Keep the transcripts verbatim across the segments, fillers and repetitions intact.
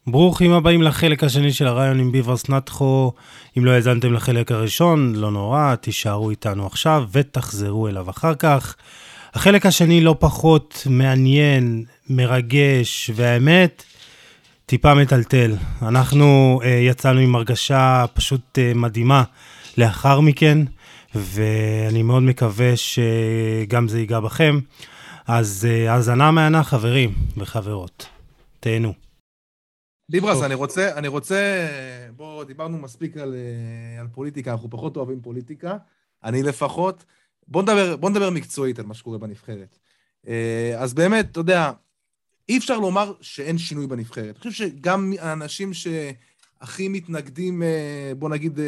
ברוכים הבאים לחלק השני של הרעיון עם ביברס נתחו. אם לא האזנתם לחלק הראשון, לא נורא, תישארו איתנו עכשיו ותחזרו אליו אחר כך. החלק השני לא פחות מעניין, מרגש, והאמת, טיפה מטלטל. אנחנו uh, יצאנו עם הרגשה פשוט uh, מדהימה לאחר מכן, ואני מאוד מקווה שגם זה ייגע בכם. אז uh, האזנה מענה חברים וחברות. תהנו. ביברס, אני רוצה, אני רוצה, בוא, דיברנו מספיק על, על פוליטיקה, אנחנו פחות אוהבים פוליטיקה, אני לפחות, בוא נדבר, בוא נדבר מקצועית על מה שקורה בנבחרת. אז באמת, אתה יודע, אי אפשר לומר שאין שינוי בנבחרת. אני חושב שגם האנשים שהכי מתנגדים, בוא נגיד,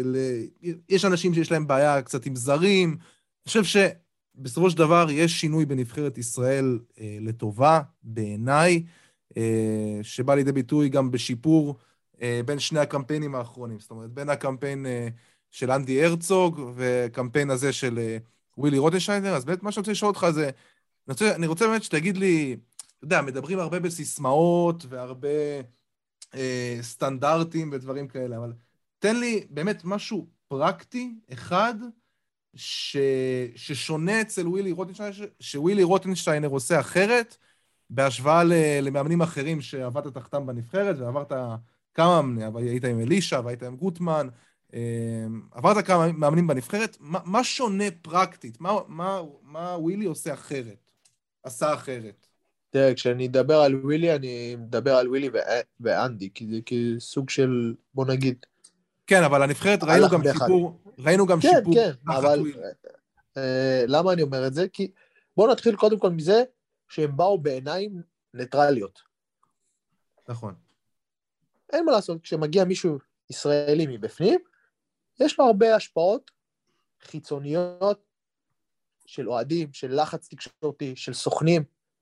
יש אנשים שיש להם בעיה קצת עם זרים, אני חושב שבסופו של דבר יש שינוי בנבחרת ישראל לטובה, בעיניי, שבא לידי ביטוי גם בשיפור בין שני הקמפיינים האחרונים, זאת אומרת, בין הקמפיין של אנדי הרצוג וקמפיין הזה של ווילי רוטנשטיינר. אז באמת מה שאני רוצה לשאול אותך זה, אני רוצה, אני רוצה באמת שתגיד לי, אתה יודע, מדברים הרבה בסיסמאות והרבה אה, סטנדרטים ודברים כאלה, אבל תן לי באמת משהו פרקטי, אחד, ש, ששונה אצל ווילי רוטנשטיינר, שווילי רוטנשטיינר עושה אחרת, בהשוואה למאמנים אחרים שעבדת תחתם בנבחרת, ועברת כמה, היית עם אלישה, והיית עם גוטמן, עברת כמה מאמנים בנבחרת, מה, מה שונה פרקטית? מה, מה, מה ווילי עושה אחרת? עשה אחרת? תראה, כשאני מדבר על ווילי, אני מדבר על ווילי ואנדי, כי זה כסוג של, בוא נגיד... כן, אבל הנבחרת ראינו גם שיפור, ראינו גם כן, שיפור. כן, כן, אבל אה, למה אני אומר את זה? כי בואו נתחיל קודם כל מזה, שהם באו בעיניים ניטרליות. נכון. אין מה לעשות, כשמגיע מישהו ישראלי מבפנים, יש לו הרבה השפעות חיצוניות של אוהדים, של לחץ תקשורתי, של סוכנים,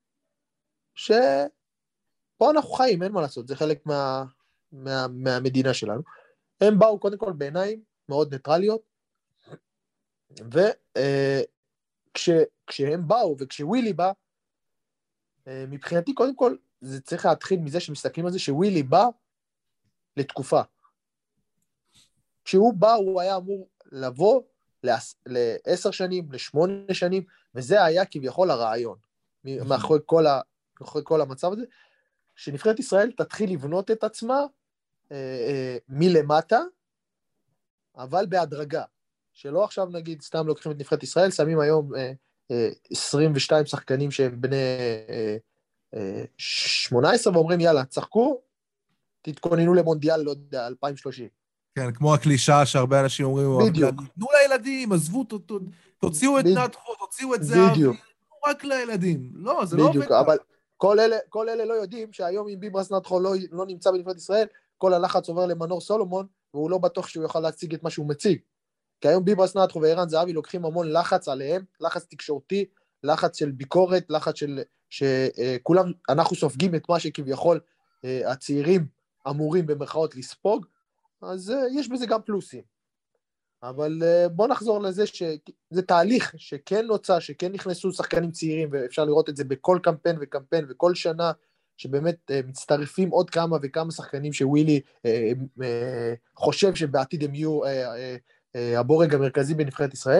שפה אנחנו חיים, אין מה לעשות, זה חלק מה, מה, מהמדינה שלנו. הם באו קודם כל בעיניים מאוד ניטרליות, וכשהם באו וכשווילי בא, מבחינתי, קודם כל, זה צריך להתחיל מזה שמסתכלים על זה, שווילי בא לתקופה. כשהוא בא, הוא היה אמור לבוא לעשר שנים, לשמונה שנים, וזה היה כביכול הרעיון, מאחורי כל, ה, מאחורי כל המצב הזה, שנבחרת ישראל תתחיל לבנות את עצמה אה, אה, מלמטה, אבל בהדרגה, שלא עכשיו נגיד, סתם לוקחים את נבחרת ישראל, שמים היום... אה, עשרים ושתיים שחקנים שהם בני שמונה עשרה, ואומרים יאללה, צחקו, תתכוננו למונדיאל, לא יודע, אלפיים ושלושים. כן, כמו הקלישה שהרבה אנשים אומרים, בדיוק. תנו לילדים, עזבו, תוציאו את נתחו, תוציאו את זה, בדיוק. רק לילדים. לא, זה לא עובד. בדיוק, אבל כל אלה, כל אלה לא יודעים שהיום אם ביברס נתחו לא, לא נמצא בנבחרת ישראל, כל הלחץ עובר למנור סולומון, והוא לא בטוח שהוא יוכל להציג את מה שהוא מציג. כי היום ביברס נתחו וערן זהבי לוקחים המון לחץ עליהם, לחץ תקשורתי, לחץ של ביקורת, לחץ של, שכולם, אנחנו סופגים את מה שכביכול הצעירים אמורים במרכאות לספוג, אז יש בזה גם פלוסים. אבל בוא נחזור לזה שזה תהליך שכן נוצא, שכן נכנסו שחקנים צעירים, ואפשר לראות את זה בכל קמפיין וקמפיין, וכל שנה שבאמת מצטרפים עוד כמה וכמה שחקנים שווילי חושב שבעתיד הם יהיו הבורג המרכזי בנבחרת ישראל,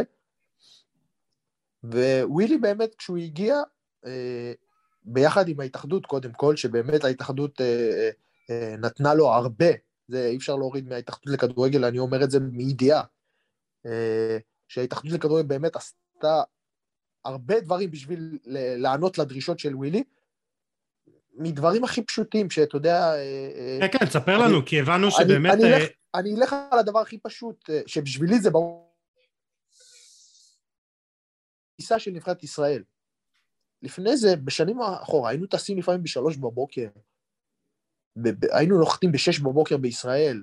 ווילי באמת כשהוא הגיע, ביחד עם ההתאחדות קודם כל, שבאמת ההתאחדות נתנה לו הרבה, זה אי אפשר להוריד מההתאחדות לכדורגל, אני אומר את זה מידיעה, שההתאחדות לכדורגל באמת עשתה הרבה דברים בשביל לענות לדרישות של ווילי, מדברים הכי פשוטים, שאתה יודע... כן, כן, תספר לנו, כי הבנו שבאמת... אני אלך על הדבר הכי פשוט, שבשבילי זה ברור, טיסה של נבחרת ישראל. לפני זה, בשנים האחורה, היינו טסים לפעמים בשלוש בבוקר, היינו נוחתים בשש בבוקר בישראל.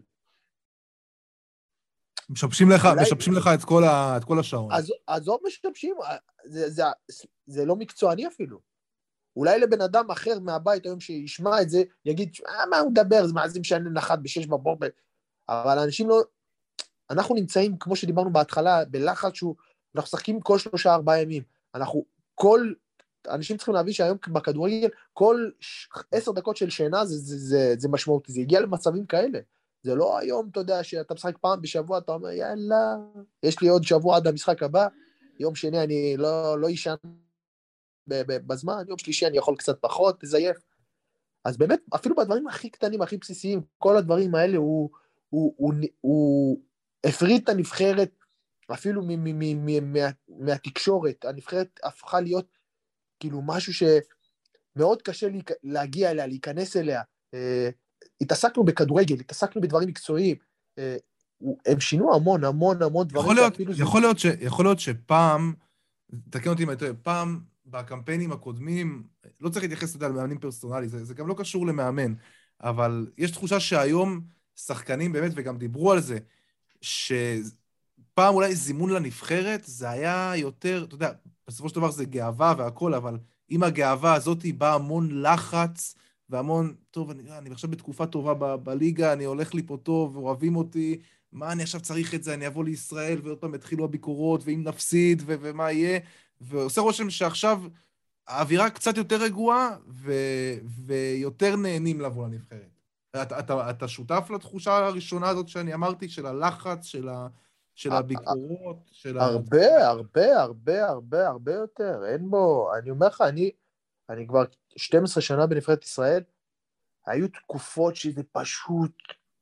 משבשים לך, משבשים לך את כל ה, את כל השעון. אז עוד משבשים, זה, זה, זה לא מקצועני אפילו. אולי לבן אדם אחר מהבית היום שישמע את זה, יגיד, אה, מה הוא מדבר, זה מה זה משנה נחת בשש בבוקר, אבל האנשים לא, אנחנו נמצאים, כמו שדיברנו בהתחלה, בלחץ שהוא, אנחנו שחקים כל שלושה ארבעה ימים, אנחנו כל אנשים צריכים להבין שהיום בכדורגל, כל עשר דקות של שינה זה, זה, זה, זה משמעותי, זה הגיע למצבים כאלה. זה לא היום, אתה יודע, שאתה משחק פעם בשבוע, אתה אומר, יאללה, יש לי עוד שבוע עד המשחק הבא, יום שני אני לא, לא ישן בזמן, יום שלישי אני יכול קצת פחות, תזייף. אז באמת, אפילו בדברים הכי קטנים, הכי בסיסיים, כל הדברים האלה, הוא, הוא, הוא, הוא, הוא הפריד את הנבחרת, אפילו מהתקשורת, הנבחרת הפכה להיות כאילו משהו שמאוד קשה להגיע אליה, להיכנס אליה. התעסקנו בכדורגל, התעסקנו בדברים מקצועיים, הם שינו המון, המון, המון דברים. יכול להיות שפעם, תקן אותי מה יותר, פעם בקמפיינים הקודמים, לא צריך להתייחס לדעת למאמנים פרסונלי, זה גם לא קשור למאמן, אבל יש תחושה שהיום שחקנים באמת, וגם דיברו על זה, ש... פעם אולי זימון לנבחרת, זה היה יותר, אתה יודע, בסופו של דבר זה גאווה והכל, אבל עם הגאווה הזאת בא המון לחץ, והמון, טוב, אני, אני עכשיו בתקופה טובה ב, בליגה, אני הולך לי פה טוב, אוהבים אותי, מה אני עכשיו צריך את זה, אני אבוא לישראל, ועוד פעם התחילו הביקורות, ואם נפסיד, ו- ומה יהיה, ועושה רושם שעכשיו האווירה קצת יותר רגועה, ו- ויותר נהנים לבוא לנבחרת. אתה, אתה, אתה שותף לתחושה הראשונה הזאת שאני אמרתי, של הלחץ, של ה... של הביקורות, של ה... הרבה, הרבה, הרבה, הרבה, הרבה יותר. אין בו, אני אומר לך, אני, אני כבר שתים עשרה שנה בנבחרת ישראל, היו תקופות שזה פשוט,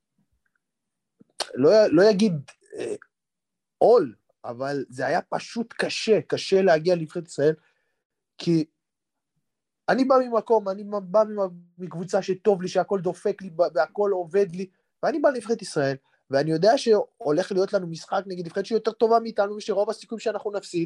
לא, לא יגיד עול, אבל זה היה פשוט קשה, קשה להגיע לנבחרת ישראל, כי אני בא ממקום, אני בא מקבוצה שטוב לי, שהכל דופק לי, והכל עובד לי, ואני בא לנבחרת ישראל, ואני יודע שהולך להיות לנו משחק נגד נבחרת שהיא יותר טובה מאיתנו, ושרוב הסיכויים שאנחנו נפסיד,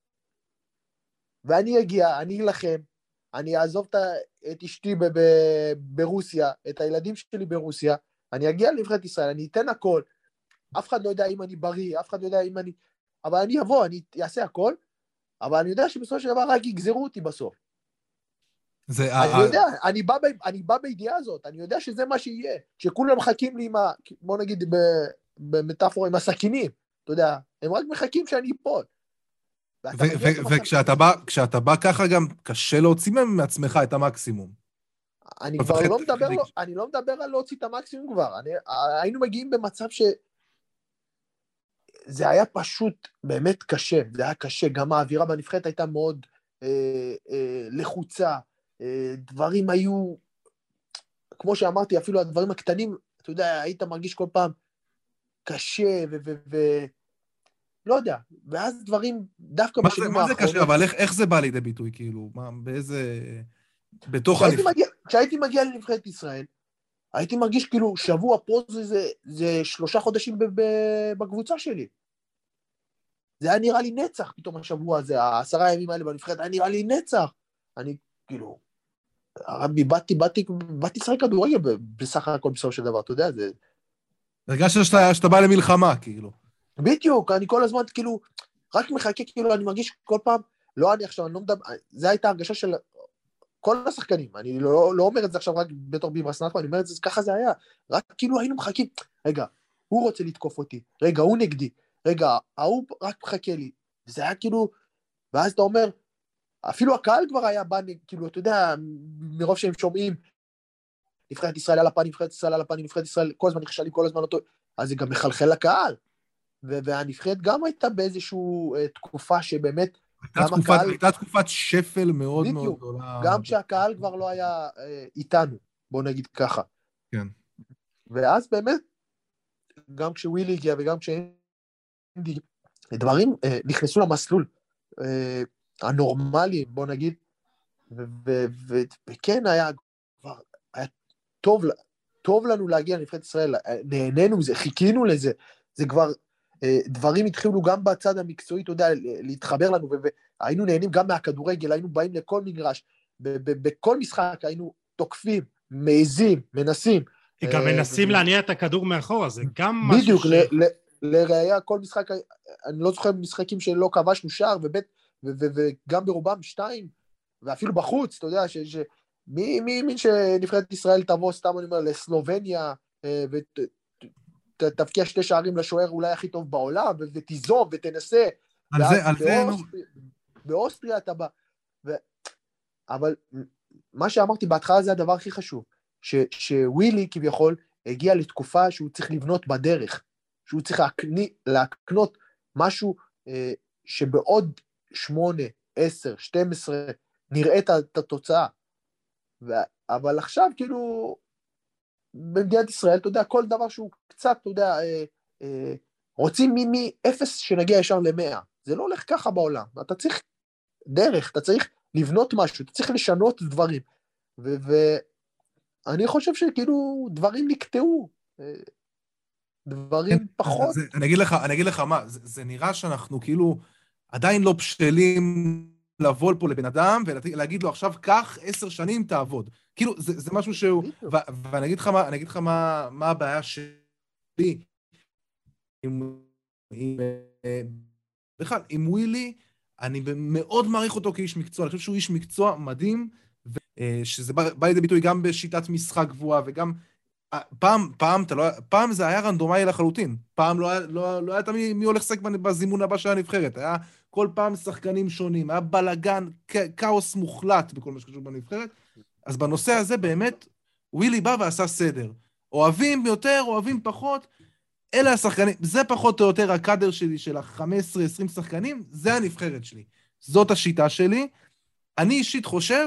ואני אגיע, אני אלחם, אני אעזוב את אשתי ב- ב- ברוסיה, את הילדים שלי ברוסיה, אני אגיע לנבחרת ישראל, אני אתן הכל, אף אחד לא יודע אם אני בריא, אף אחד לא יודע אם אני, אבל אני אבוא, אני אעשה הכל, אבל אני יודע שבסופו של דבר רק יגזרו אותי בסוף. זה, אני יודע, אני בא, אני בא בידיעה הזאת, אני יודע שזה מה שיהיה, שכולם מחכים לי עם ה... בוא נגיד במטאפורה, עם הסכינים, אתה יודע, הם רק מחכים שאני אפול. וכשאתה בא ככה גם קשה להוציא מעצמך את המקסימום. אני כבר לא מדבר, אני לא מדבר על להוציא את המקסימום כבר, היינו מגיעים במצב ש... זה היה פשוט באמת קשה, זה היה קשה, גם האווירה בנבחרת הייתה מאוד לחוצה, דברים היו, כמו שאמרתי, אפילו הדברים הקטנים, אתה יודע, היית מרגיש כל פעם קשה, ו... ו-, ו- לא יודע, ואז דברים, דווקא בשנים האחרונות... מה זה קשה? אבל איך, איך זה בא לידי ביטוי, כאילו? מה, באיזה... בתוך הנבחרת... כשהייתי מגיע לנבחרת ישראל, הייתי מרגיש כאילו שבוע פה זה, זה, זה שלושה חודשים בקבוצה שלי. זה היה נראה לי נצח, פתאום השבוע הזה, העשרה ימים האלה בנבחרת, היה נראה לי נצח. אני, כאילו, הרבי, באתי, באתי, באתי שחק כדורגל בסך הכל בסופו של דבר, אתה יודע, זה... הרגשת שאתה, שאתה בא למלחמה, כאילו. בדיוק, אני כל הזמן, כאילו, רק מחכה, כאילו, אני מרגיש כל פעם, לא אני עכשיו, אני לא מדבר, זה הייתה הרגשה של כל השחקנים, אני לא, לא אומר את זה עכשיו רק בתור ביברס נתחו, אני אומר את זה, ככה זה היה, רק כאילו היינו מחכים, רגע, הוא רוצה לתקוף אותי, רגע, הוא נגדי, רגע, ההוא רק מחכה לי, זה היה כאילו, ואז אתה אומר, אפילו הקהל כבר היה בא, כאילו, אתה יודע, מרוב שהם שומעים, נבחרת ישראל על הפן, נבחרת ישראל על הפן, נבחרת ישראל, כל הזמן נכשלים, כל הזמן אותו, אז זה גם מחלחל לקהל, והנבחרת גם הייתה באיזושהי תקופה שבאמת, הייתה תקופת שפל מאוד מאוד גדולה. גם כשהקהל כבר לא היה איתנו, בוא נגיד ככה. כן. ואז באמת, גם כשווילי הגיע וגם כשאינדי, דברים נכנסו למסלול הנורמלי, בוא נגיד, וכן היה כבר, היה טוב, טוב לנו להגיע לנבחרת ישראל, נהנינו מזה, חיכינו לזה, זה כבר, דברים התחילו גם בצד המקצועי, אתה יודע, להתחבר לנו, והיינו נהנים גם מהכדורגל, היינו באים לכל מגרש, בכל משחק היינו תוקפים, מעזים, מנסים. גם מנסים להניע את הכדור מאחורה, זה גם משהו ש... בדיוק, לראיה, כל משחק, אני לא זוכר משחקים שלא כבשנו שער, וגם ברובם שתיים, ואפילו בחוץ, אתה יודע, מי האמין שנבחרת ישראל תבוא, סתם אני אומר, לסלובניה, ות... תפקיע שתי שערים לשוער אולי הכי טוב בעולם, ותיזום ותנסה. על זה, על זה... באוסטריה אתה בא. אבל מה שאמרתי בהתחלה זה הדבר הכי חשוב, ש, שווילי כביכול הגיע לתקופה שהוא צריך לבנות בדרך, שהוא צריך להקני, להקנות משהו אה, שבעוד שמונה, עשר, שתים עשרה נראה את התוצאה. ו, אבל עכשיו כאילו, במדינת ישראל, אתה יודע, כל דבר שהוא קצת, אתה יודע, אה, אה, רוצים מ-אפס שנגיע ישר ל-מאה. זה לא הולך ככה בעולם. אתה צריך דרך, אתה צריך לבנות משהו, אתה צריך לשנות דברים. ואני חושב שכאילו דברים נקטעו. דברים פחות. זה, אני אגיד לך, אני אגיד לך מה, זה, זה נראה שאנחנו כאילו עדיין לא בשלים לבוא פה לבן אדם ולהגיד לו עכשיו, כך עשר שנים תעבוד. כאילו, זה, זה משהו שהוא, ו, ואני אגיד לך מה, אני אגיד לך מה, מה הבעיה שלי עם, עם, בכלל, עם ווילי, אני מאוד מעריך אותו כאיש מקצוע, אני חושב שהוא איש מקצוע מדהים, שזה בא, בא לידי ביטוי גם בשיטת משחק גבוהה, וגם פעם, פעם, אתה לא, פעם זה היה רנדומאי לחלוטין, פעם לא, לא, לא היה תמיד מי הולך לשחק בזימון הבא של הנבחרת, היה כל פעם שחקנים שונים, היה בלגן, כאוס מוחלט בכל מה שקשור בנבחרת, אז בנושא הזה באמת, ווילי בא ועשה סדר, אוהבים יותר, אוהבים פחות, אלה השחקנים, זה פחות או יותר הקאדר שלי של ה-חמש עשרה עשרים שחקנים, זה הנבחרת שלי, זאת השיטה שלי, אני אישית חושב,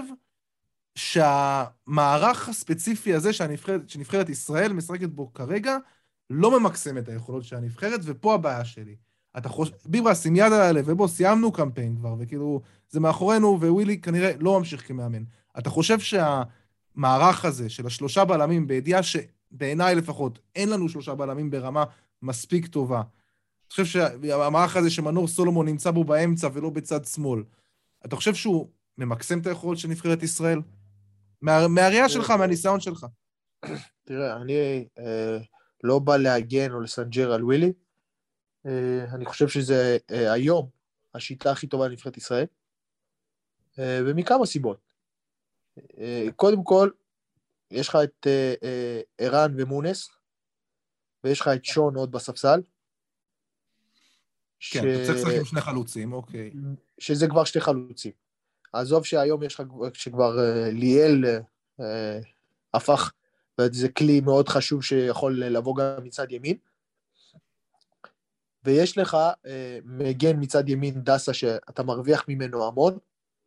שהמערך הספציפי הזה שהנבחרת, שנבחרת ישראל משחקת בו כרגע, לא ממקסם את היכולות של הנבחרת, ופה הבעיה שלי. אתה חושב, ביברס, עם יד על הלב, ובו סיימנו קמפיין כבר, וכאילו, זה מאחורינו, ווילי כנראה לא ממשיך כמאמן. אתה חושב שהמערך הזה של השלושה בלמים, בידיעה שבעיניי לפחות, אין לנו שלושה בלמים ברמה מספיק טובה. אתה חושב שהמערך הזה שמנור סולומון נמצא בו באמצע ולא בצד שמאל, אתה חושב שהוא ממקסם את היכולות של נבחרת ישראל? מה, מהראייה שלך, מהניסיון שלך. תראה, אני אה, לא בא להגן או לסנג'ר על ווילי, אה, אני חושב שזה אה, היום השיטה הכי טובה לנבחרת ישראל, אה, ומכמה סיבות. אה, קודם כל, יש לך את אה, אה, ערן ומונס, ויש לך את שון עוד בספסל. כן, ש... אתה צריך לשחק עם שני חלוצים, אוקיי. שזה כבר שתי חלוצים. עזוב שהיום יש לך שכבר uh, ליאל uh, הפך, וזה כלי מאוד חשוב שיכול לבוא גם מצד ימין, ויש לך uh, מגן מצד ימין דסה שאתה מרוויח ממנו המון,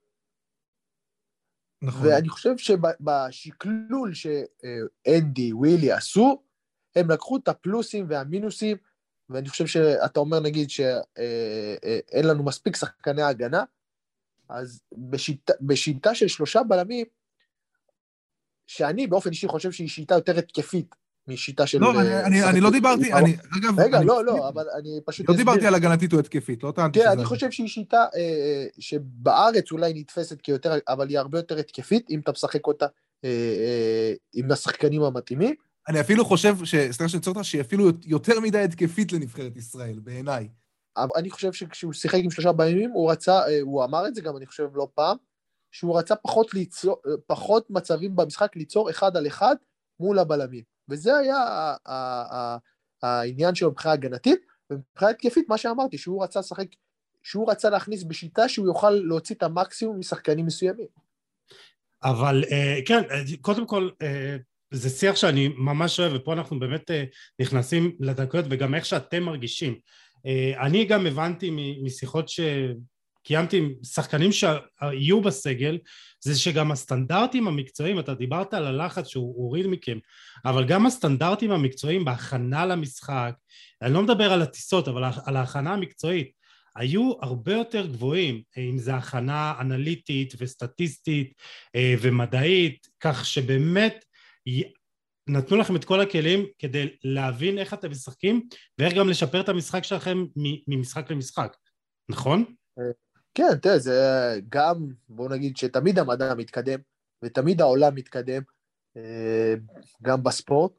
נכון. ואני חושב שבשקלול שאנדי, ווילי עשו, הם לקחו את הפלוסים והמינוסים, ואני חושב שאתה אומר נגיד שאין לנו מספיק שחקני הגנה, אז בשיטה, בשיטה של שלושה בלמים, שאני באופן אישי חושב שהיא שיטה יותר התקפית, משיטה של... לא, אני, אני, אני לא דיברתי, אני, אגב... רגע, אני, לא, לא, אבל אני פשוט... לא דיברתי על הגנתית או התקפית, לא טענתי שזה... כן, אני חושב שהיא שיטה אה, שבארץ אולי נתפסת כיותר, אבל היא הרבה יותר התקפית, אם אתה משחק אותה אה, אה, עם השחקנים המתאימים. אני אפילו חושב, סליחה שנצור אותה, שהיא אפילו יותר מדי התקפית לנבחרת ישראל, בעיניי. אני חושב שכשהוא שיחק עם שלושה בלמים, הוא רצה, הוא אמר את זה גם, אני חושב לא פעם, שהוא רצה פחות, ליצור, פחות מצבים במשחק ליצור אחד על אחד מול הבלמים. וזה היה העניין שלו מבחינה הגנתית, ומבחינה התקפית, מה שאמרתי, שהוא רצה לשחק, שהוא רצה להכניס בשיטה שהוא יוכל להוציא את המקסימום משחקנים מסוימים. אבל כן, קודם כל, זה שיח שאני ממש אוהב, ופה אנחנו באמת נכנסים לדקות, וגם איך שאתם מרגישים. אני גם הבנתי משיחות שקיימתי עם שחקנים שיהיו בסגל, זה שגם הסטנדרטים המקצועיים, אתה דיברת על הלחץ שהוא הוריד מכם, אבל גם הסטנדרטים המקצועיים בהכנה למשחק, אני לא מדבר על הטיסות, אבל על ההכנה המקצועית, היו הרבה יותר גבוהים, אם זה הכנה אנליטית וסטטיסטית ומדעית, כך שבאמת נתנו לכם את כל הכלים כדי להבין איך אתם משחקים, ואיך גם לשפר את המשחק שלכם ממשחק למשחק, נכון? כן, תראה, זה גם, בואו נגיד שתמיד המדע מתקדם, ותמיד העולם מתקדם, גם בספורט,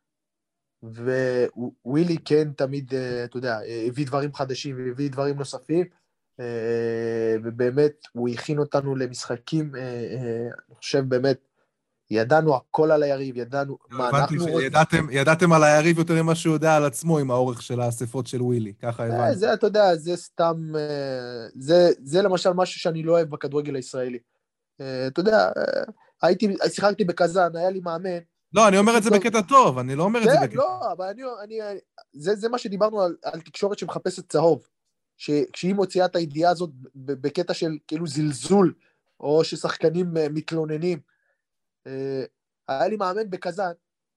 ווילי כן תמיד, אתה יודע, הביא דברים חדשים, והביא דברים נוספים, ובאמת הוא הכין אותנו למשחקים, אני חושב באמת, ידענו הכל על היריב, ידענו מה אנחנו רוצים. ידעתם, ידעתם על היריב יותר ממה שהוא יודע על עצמו עם האורך של האספות של ווילי, ככה הבנתי. זה, אתה יודע, זה סתם, זה, זה למשל משהו שאני לא אוהב בכדורגל הישראלי. אתה יודע, הייתי, שיחקתי בקזן, היה לי מאמן. לא, אני אומר את זה בקטע טוב, אני לא אומר את זה בקטע. לא, אבל אני, אני, זה, זה מה שדיברנו על, על תקשורת שמחפשת צהוב, שכשהיא מוציאה את הידיעה הזאת בקטע של כאילו זלזול, או ששחקנים מתלוננים. היה לי מאמן בקזן,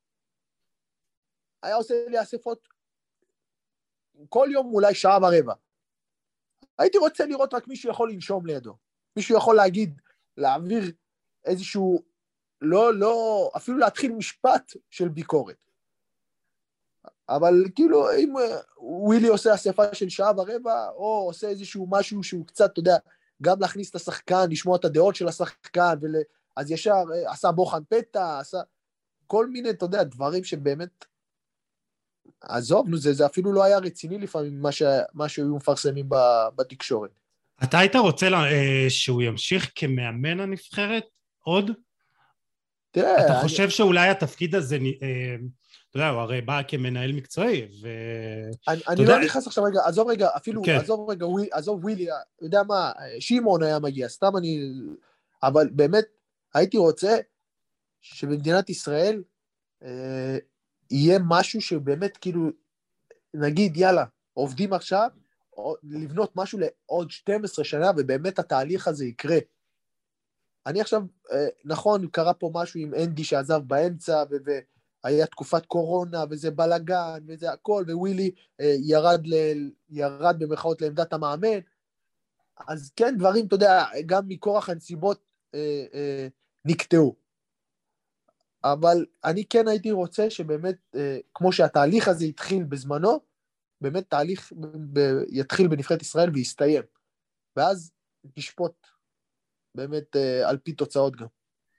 היה עושה לי אספות כל יום אולי שעה ורבע. הייתי רוצה לראות רק מישהו יכול לנשום לידו, מישהו יכול להגיד, להעביר איזשהו, לא, לא, אפילו להתחיל משפט של ביקורת. אבל כאילו, אם ווילי עושה אספה של שעה ורבע, או עושה איזשהו משהו שהוא קצת, אתה יודע, גם להכניס את השחקן, לשמוע את הדעות של השחקן, ול... אז ישר עשה בוחן פתע, עשה כל מיני, אתה יודע, דברים שבאמת, עזוב, נו, זה, זה אפילו לא היה רציני לפעמים, מה, ש... מה שהיו מפרסמים בתקשורת. אתה היית רוצה לה, שהוא ימשיך כמאמן הנבחרת עוד? תראה, אתה אני... חושב שאולי התפקיד הזה, אתה יודע, הוא הרי בא כמנהל מקצועי, ו... אני, אני לא נכנס עכשיו רגע, עזוב רגע, אפילו, כן. עזוב רגע, וויל, עזוב ווילי, יודע מה, שימון היה מגיע, סתם אני, אבל באמת, הייתי רוצה שבמדינת ישראל, אה, יהיה משהו שבאמת כאילו, נגיד, יאללה, עובדים עכשיו, לבנות משהו לעוד שתים עשרה שנה, ובאמת התהליך הזה יקרה. אני עכשיו, נכון, קרה פה משהו עם אנדי שעזב באמצע, והיה תקופת קורונה, וזה בלגן, וזה הכל, ווילי ירד, ל, ירד במרכאות לעמדת המאמן, אז כן, דברים, אתה יודע, גם מכורח הנסיבות נקטעו. אבל אני כן הייתי רוצה שבאמת, כמו שהתהליך הזה התחיל בזמנו, באמת תהליך ב- יתחיל בנבחרת ישראל ויסתיים. ואז נשפוט באמת uh, על פי תוצאות גם.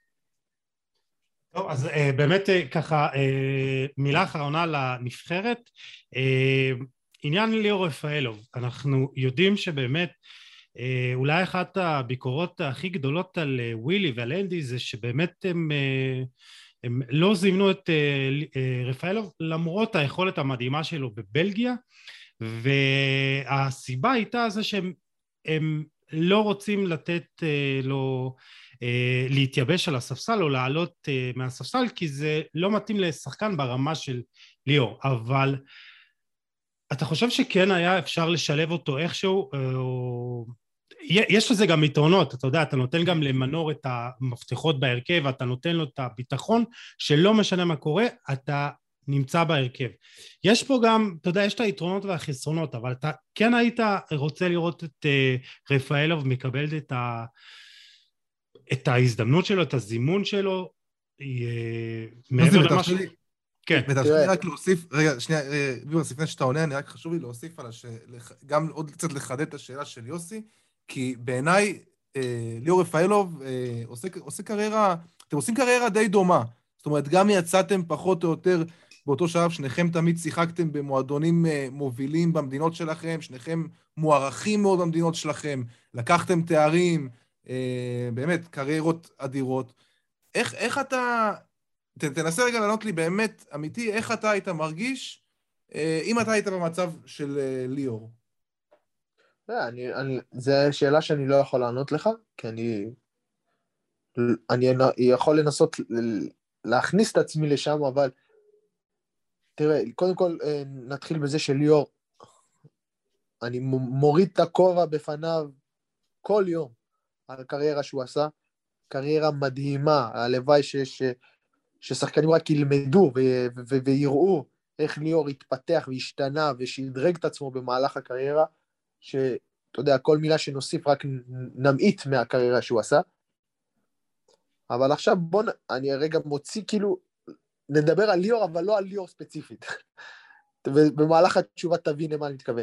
טוב, אז uh, באמת uh, ככה, uh, מילה אחרונה לנבחרת. Uh, עניין ליאור רפאלוב, אנחנו יודעים שבאמת, uh, אולי אחת הביקורות הכי גדולות על uh, ווילי ועל אנדי, זה שבאמת הם... Uh, הם לא זימנו את uh, רפאלוב למרות היכולת המדהימה שלו בבלגיה, והסיבה הייתה זה שהם הם לא רוצים לתת uh, לו uh, להתייבש על הספסל או לעלות uh, מהספסל, כי זה לא מתאים לשחקן ברמה של ליאור. אבל אתה חושב שכן היה אפשר לשלב אותו איכשהו, או... יש לזה גם יתרונות, אתה יודע, אתה נותן גם למנור את המפתחות בהרכב, אתה נותן לו את הביטחון, שלא משנה מה קורה, אתה נמצא בהרכב. יש פה גם, אתה יודע, יש את היתרונות והחסרונות, אבל אתה כן היית רוצה לראות את uh, רפאלוב מקבל את, ה, את ההזדמנות שלו, את הזימון שלו, uh, מעבר למה ש... כן. ותרשי לי רק להוסיף, רגע, שנייה, ביברס, לפני שאתה עונה, אני רק חשוב לי להוסיף על השאלה, גם עוד קצת לחדד את השאלה של יוסי, כי בעיניי, אה, ליאור רפאלוב אה, עושה, עושה קריירה, אתם עושים קריירה די דומה. זאת אומרת, גם יצאתם פחות או יותר באותו שלב, שניכם תמיד שיחקתם במועדונים אה, מובילים במדינות שלכם, שניכם מוערכים מאוד במדינות שלכם, לקחתם תארים, אה, באמת, קריירות אדירות. איך, איך אתה... ת, תנסה רגע לענות לי באמת, אמיתי, איך אתה היית מרגיש, אה, אם אתה היית במצב של אה, ליאור? אני, אני, זו שאלה שאני לא יכול לענות לך, כי אני, אני יכול לנסות להכניס את עצמי לשם, אבל תראה, קודם כל נתחיל בזה שליאור, אני מוריד את הכובע בפניו כל יום על הקריירה שהוא עשה, קריירה מדהימה, הלוואי ש, ש, ששחקנים רק ילמדו ו, ו, ו, ויראו איך ליאור התפתח והשתנה ושדרג את עצמו במהלך הקריירה, שאתה יודע, כל מילה שנוסיף רק נמעיט מהקריירה שהוא עשה. אבל עכשיו בוא, אני רגע מוציא כאילו, נדבר על ליאור, אבל לא על ליאור ספציפית. ובמהלך התשובה תבין למה אני מתכוון.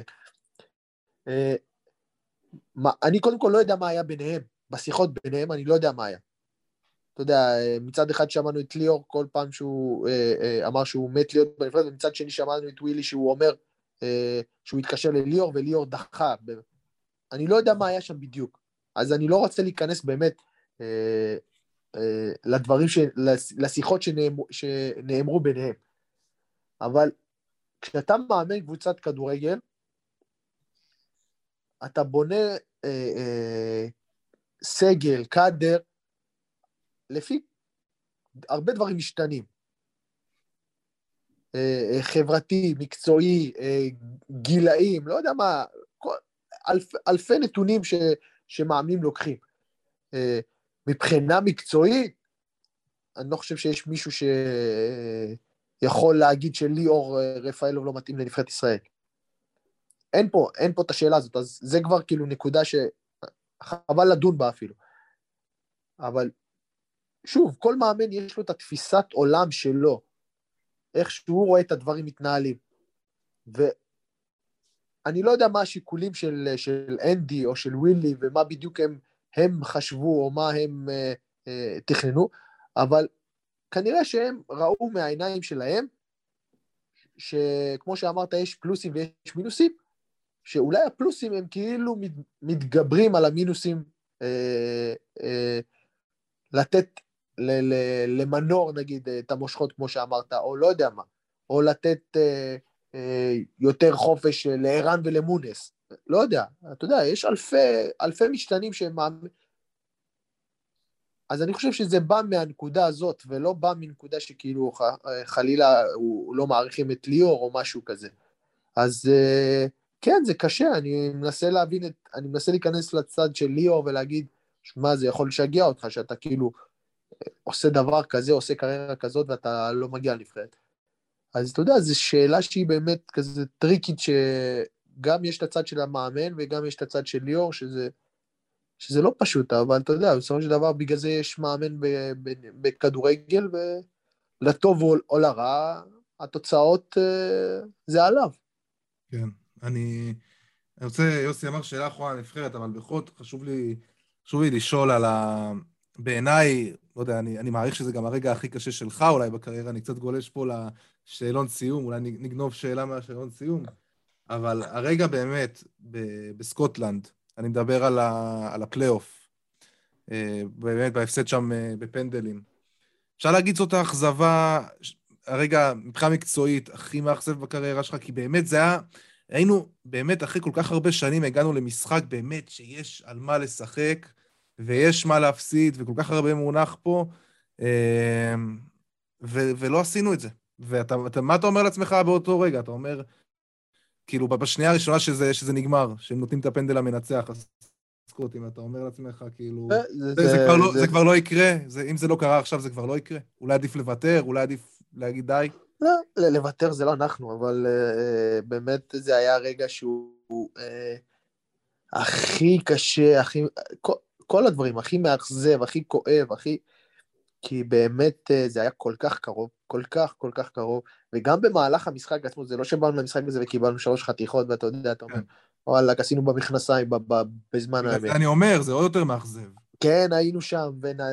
אני קודם כל לא יודע מה היה ביניהם, בשיחות ביניהם אני לא יודע מה היה. אתה יודע, מצד אחד שמענו את ליאור כל פעם שהוא אמר שהוא מת להיות בנפרד, ומצד שני שמענו את ווילי שהוא אומר שהוא התקשר לליאור, וליאור דחה. אני לא יודע מה היה שם בדיוק. אז אני לא רוצה להיכנס באמת לדברים, לשיחות שנאמרו ביניהם. אבל כשאתה מאמן קבוצת כדורגל, אתה בונה סגל, קאדר, לפי הרבה דברים משתנים. חברתי, מקצועי, גילאים, לא יודע מה, אלפ, אלפי נתונים ש, שמאמנים לוקחים. מבחינה מקצועית, אני לא חושב שיש מישהו שיכול להגיד שליאור רפאלוב לא מתאים לנבחרת ישראל. אין פה, אין פה את השאלה הזאת, אז זה כבר כאילו נקודה שחבל לדון בה אפילו. אבל שוב, כל מאמן יש לו את התפיסת עולם שלו, איך שהוא רואה את הדברים מתנהלים. ואני לא יודע מה השיקולים של, של אנדי או של ווילי, ומה בדיוק הם, הם חשבו, או מה הם אה, אה, תכננו, אבל כנראה שהם ראו מהעיניים שלהם, שכמו שאמרת, יש פלוסים ויש מינוסים, שאולי הפלוסים הם כאילו מתגברים על המינוסים, אה, אה, לתת ל- ל- למנור נגיד את המושכות כמו שאמרת, או לא יודע מה, או לתת אה, אה, יותר חופש לערן ולמונס, לא יודע, אתה יודע, יש אלפי, אלפי משתנים שהם, אז אני חושב שזה בא מהנקודה הזאת, ולא בא מנקודה שכאילו ח, חלילה הוא לא מעריכים את ליאור או משהו כזה, אז אה, כן, זה קשה, אני מנסה להבין, את, אני מנסה להיכנס לצד של ליאור ולהגיד, מה זה יכול לשגע אותך, שאתה כאילו עושה דבר כזה, עושה קריירה כזאת, ואתה לא מגיע לנבחרת. אז אתה יודע, זו שאלה שהיא באמת כזה טריקית, שגם יש את הצד של המאמן, וגם יש את הצד של ליאור, שזה, שזה לא פשוט, אבל אתה יודע, בסופו של דבר, בגלל זה יש מאמן בכדורגל, ולטוב או לרע, התוצאות זה עליו. כן, אני, אני רוצה, יוסי אמר שאלה אחרונה נבחרת, אבל בכל חשוב לי, חשוב לי לשאול על ה... בעיניי, לא יודע, אני, אני מעריך שזה גם הרגע הכי קשה שלך אולי בקריירה, אני קצת גולש פה לשאלון סיום, אולי נגנוב שאלה מהשאלון סיום, אבל הרגע באמת ב- בסקוטלנד, אני מדבר על, ה- על הפלייאוף, באמת בהפסד שם בפנדלים. אפשר להגיד זאת האכזבה, הרגע מבחינה מקצועית הכי מאכזב בקריירה שלך, כי באמת זה היה, היינו באמת אחרי כל כך הרבה שנים הגענו למשחק באמת שיש על מה לשחק, ויש מה להפסיד, וכל כך הרבה מונח פה, ו- ולא עשינו את זה. ואתה, אתה, מה אתה אומר לעצמך באותו רגע? אתה אומר, כאילו, בשנייה הראשונה שזה, שזה נגמר, שהם נותנים את הפנדל המנצח, הסקוטים, אתה אומר לעצמך, כאילו, זה, זה, זה, זה, כבר, לא, זה... זה כבר לא יקרה, זה, אם זה לא קרה עכשיו, זה כבר לא יקרה. אולי עדיף לוותר, אולי עדיף להגיד די. לא, לוותר זה לא אנחנו, אבל uh, באמת זה היה רגע שהוא uh, הכי קשה, הכי... כל, כל הדברים, הכי מאכזב, הכי כואב, הכי... כי באמת זה היה כל כך קרוב, כל כך, כל כך קרוב, וגם במהלך המשחק עצמו, זה לא שבאנו למשחק הזה וקיבלנו שלוש חתיכות, ואתה יודע, אתה אומר, וואלה, עשינו במכנסיים בזמן האמת. זה אני אומר, זה עוד יותר מאכזב. כן, היינו שם,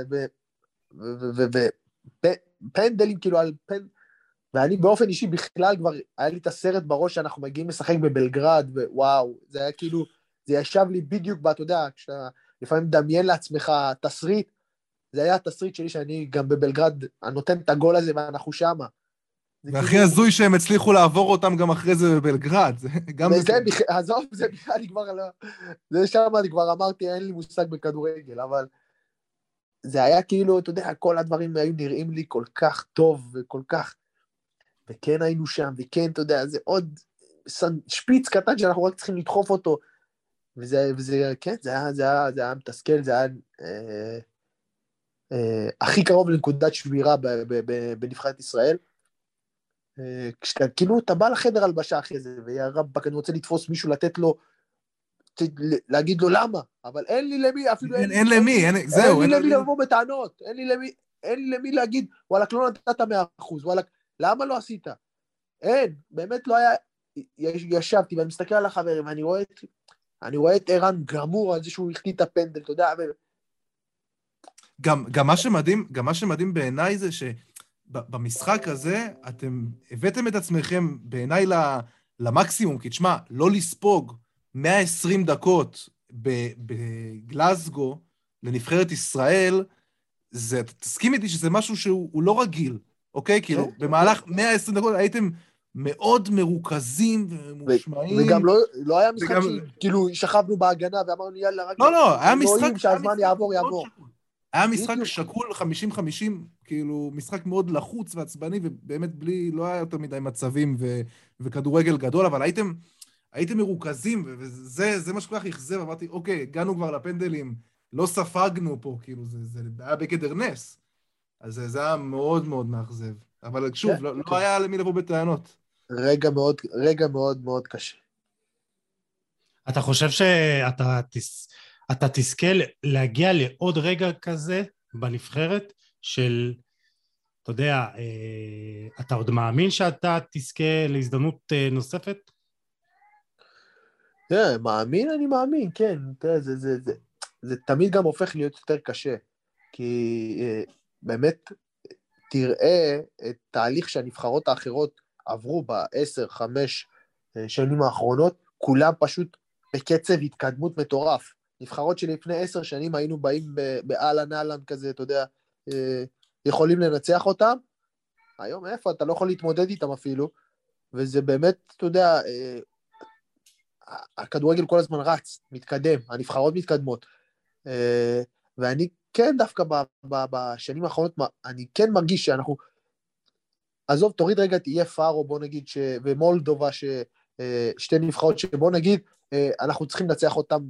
ופנדלים כאילו על פנדלים, ואני באופן אישי בכלל כבר, היה לי את הסרט בראש שאנחנו מגיעים לשחק בבלגרד, ווואו, זה היה כאילו, זה ישב לי בדיוק, אתה יודע, כשאתה לפעמים מדמיין לעצמך תסריט, זה היה התסריט שלי שאני גם בבלגרד, אני נותן את הגול הזה ואנחנו שמה. והכי הזוי שהם הצליחו לעבור אותם גם אחרי זה בבלגרד. וזה, עזוב, זה בכלל אני כבר לא... זה שם אני כבר אמרתי, אין לי מושג בכדורגל, אבל זה היה כאילו, אתה יודע, כל הדברים היו נראים לי כל כך טוב וכל כך... וכן היינו שם, וכן, אתה יודע, זה עוד שפיץ קטן שאנחנו רק צריכים לדחוף אותו. וזה, וזה כן, זה היה, זה היה, זה היה מתסכל, זה היה... אה, Uh, הכי קרוב לנקודת שבירה בנבחרת ישראל, uh, כשאתה, כאילו, אתה בא לחדר הלבשה אחרי זה, ויה רבק, אני רוצה לתפוס מישהו, לתת לו, ת, להגיד לו למה, אבל אין לי למי, אפילו אין, אין, אין למי, אין, זהו, אין לי למי לבוא בטענות, אין לי למי, אין לי למי להגיד, וואלה, לא נתת מאה אחוז, וואלה, למה לא עשית? אין, באמת לא היה, ישבתי, ואני מסתכל על החברים, ואני רואה את, אני רואה את ערן גמור, על זה שהוא החטיא את הפנדל, אתה יודע, ו... גם, גם מה שמדהים, גם מה שמדהים בעיניי זה שבמשחק הזה אתם הבאתם את עצמכם בעיניי למקסימום, כי תשמע, לא לספוג מאה ועשרים דקות בגלסגו לנבחרת ישראל, זה, תסכים איתי שזה משהו שהוא לא רגיל, אוקיי? כאילו, במהלך מאה ועשרים דקות הייתם מאוד מרוכזים ומושמעים. וגם לא, לא היה משחק שכאילו שכבנו בהגנה ואמרנו יאללה רק... לא, לא, היה משחק... שהזמן יעבור, יעבור. היה משחק שקול חמישים חמישים, כאילו משחק מאוד לחוץ ועצבני, ובאמת בלי, לא היה יותר מדי מצבים ו, וכדורגל גדול, אבל הייתם, הייתם מרוכזים, וזה זה מה שכל כך יחזב, אמרתי, אוקיי, הגענו כבר לפנדלים, לא ספגנו פה, כאילו, זה, זה היה בגדר נס. אז זה, זה היה מאוד מאוד מאכזב. אבל שוב, yeah, לא, okay. לא היה למי לבוא בטענות. רגע מאוד, רגע מאוד מאוד קשה. אתה חושב שאתה תס... אתה תזכה להגיע לעוד רגע כזה בנבחרת של, אתה יודע, אתה עוד מאמין שאתה תזכה להזדמנות נוספת? תראה, מאמין, אני מאמין, כן. תראה, זה, זה, זה, זה תמיד גם הופך להיות יותר קשה, כי באמת תראה את תהליך שהנבחרות האחרות עברו בעשר, חמש שנים האחרונות, כולם פשוט בקצב התקדמות מטורף. נבחרות שלפני עשר שנים היינו באים באלן אלן כזה, אתה יודע, יכולים לנצח אותם, היום איפה, אתה לא יכול להתמודד איתם אפילו, וזה באמת, אתה יודע, הכדורגל כל הזמן רץ, מתקדם, הנבחרות מתקדמות, ואני כן דווקא בשנים האחרונות, אני כן מרגיש שאנחנו, עזוב, תוריד רגע, תהיה פארו, בוא נגיד, ומולדובה, שתי נבחרות שבוא נגיד, אנחנו צריכים לנצח אותם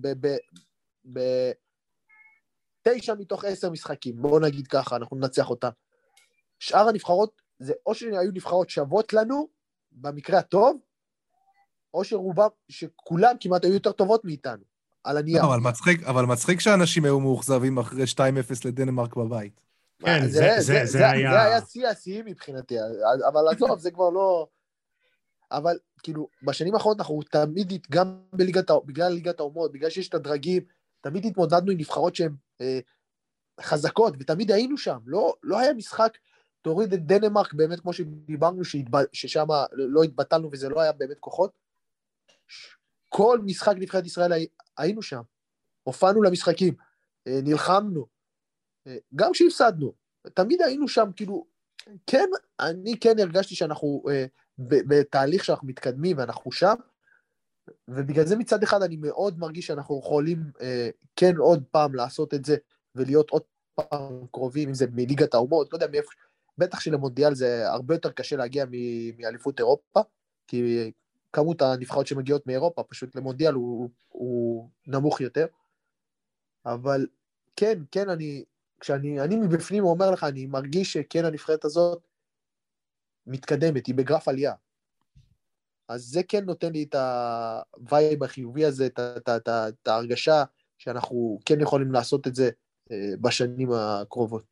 בתשע מתוך עשר משחקים, בוא נגיד ככה, אנחנו ננצח אותם. שאר הנבחרות, זה או שהיו נבחרות שוות לנו, במקרה הטוב, או שרובם, שכולם כמעט היו יותר טובות מאיתנו, על הנייר. אבל מצחיק, אבל מצחיק שאנשים היו מאוכזבים אחרי שתיים אפס לדנמרק בבית. כן, זה, זה, זה, זה, זה היה... זה היה שיא השיאים מבחינתי, אבל עזוב, זה כבר לא... אבל כאילו, בשנים האחרונות אנחנו תמיד, גם בליגת, בגלל ליגת האומות, בגלל שיש את הדרגים, תמיד התמודדנו עם נבחרות שהן אה, חזקות, ותמיד היינו שם. לא, לא היה משחק, תוריד את דנמרק, באמת כמו שדיברנו, ששם לא התבטלנו וזה לא היה באמת כוחות. כל משחק נבחרת ישראל היינו שם. הופענו למשחקים, אה, נלחמנו. אה, גם כשהפסדנו, תמיד היינו שם, כאילו, כן, אני כן הרגשתי שאנחנו... אה, בתהליך שאנחנו מתקדמים ואנחנו שם, ובגלל זה מצד אחד אני מאוד מרגיש שאנחנו יכולים אה, כן עוד פעם לעשות את זה, ולהיות עוד פעם קרובים, אם זה מליגת האומות, לא יודע מאיפה, בטח שלמונדיאל זה הרבה יותר קשה להגיע מאליפות אירופה, כי כמות הנבחרות שמגיעות מאירופה, פשוט למונדיאל הוא, הוא נמוך יותר, אבל כן, כן, אני, כשאני אני מבפנים אומר לך, אני מרגיש שכן הנבחרת הזאת, מתקדמת, היא בגרף עלייה. אז זה כן נותן לי את הווייב החיובי הזה, את, את, את, את ההרגשה שאנחנו כן יכולים לעשות את זה בשנים הקרובות.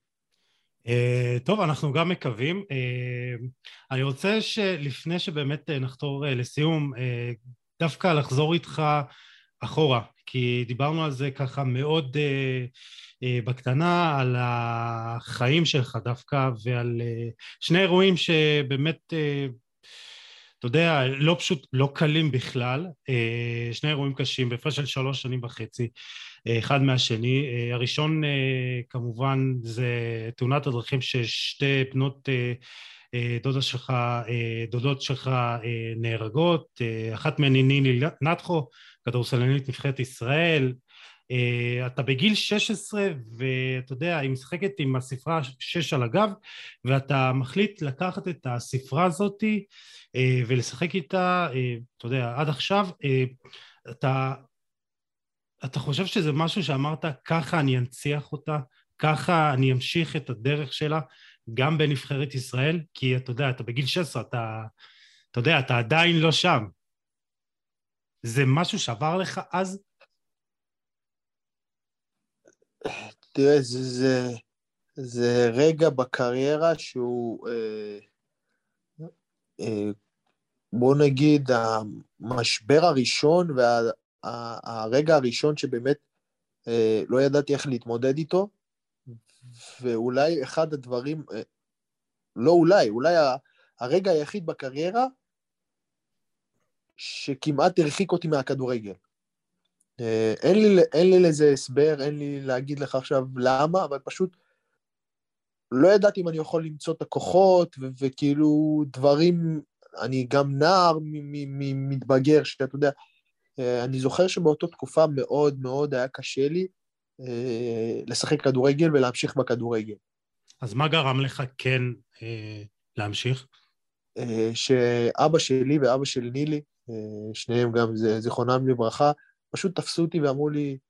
טוב, אנחנו גם מקווים. אני רוצה שלפני שבאמת נחתור לסיום, דווקא לחזור איתך אחורה, כי דיברנו על זה ככה מאוד בקטנה, על החיים שלך דווקא, ועל שני אירועים שבאמת, אתה יודע, לא פשוט, לא קלים בכלל, שני אירועים קשים, בהפרש של שלוש שנים וחצי, אחד מהשני. הראשון כמובן זה תאונת הדרכים ששתי בנות דודה שלך, דודות שלך נהרגות, אחת מהן ניני נתחו, כדורסלנית נבחרת ישראל. אתה בגיל שש עשרה ואתה יודע, היא משחקת עם הספרה שש על הגב, ואתה מחליט לקחת את הספרה הזאת ולשחק איתה, אתה יודע, עד עכשיו. אתה, אתה חושב שזה משהו שאמרת, ככה אני אנציח אותה, ככה אני אמשיך את הדרך שלה, גם בנבחרת ישראל? כי אתה יודע, אתה בגיל שש עשרה, אתה, אתה יודע, אתה עדיין לא שם. זה משהו שעבר לך אז? תראה, זה, זה, זה רגע בקריירה שהוא, אה, אה, בוא נגיד, המשבר הראשון והרגע הראשון שבאמת אה, לא ידעתי איך להתמודד איתו, ואולי אחד הדברים, אה, לא אולי, אולי הרגע היחיד בקריירה שכמעט הרחיק אותי מהכדורגל. אין לי, אין לי לזה הסבר, אין לי להגיד לך עכשיו למה, אבל פשוט לא ידעתי אם אני יכול למצוא את הכוחות, ו- וכאילו דברים, אני גם נער מ- מ- מתבגר, שאתה יודע, אני זוכר שבאותו תקופה מאוד מאוד היה קשה לי, אה, לשחק כדורגל ולהמשיך בכדורגל. אז מה גרם לך כן אה, להמשיך? אה, שאבא שלי ואבא של נילי, אה, שניהם גם זיכרונם לברכה, פשוט תפסו אותי ואמרו לי,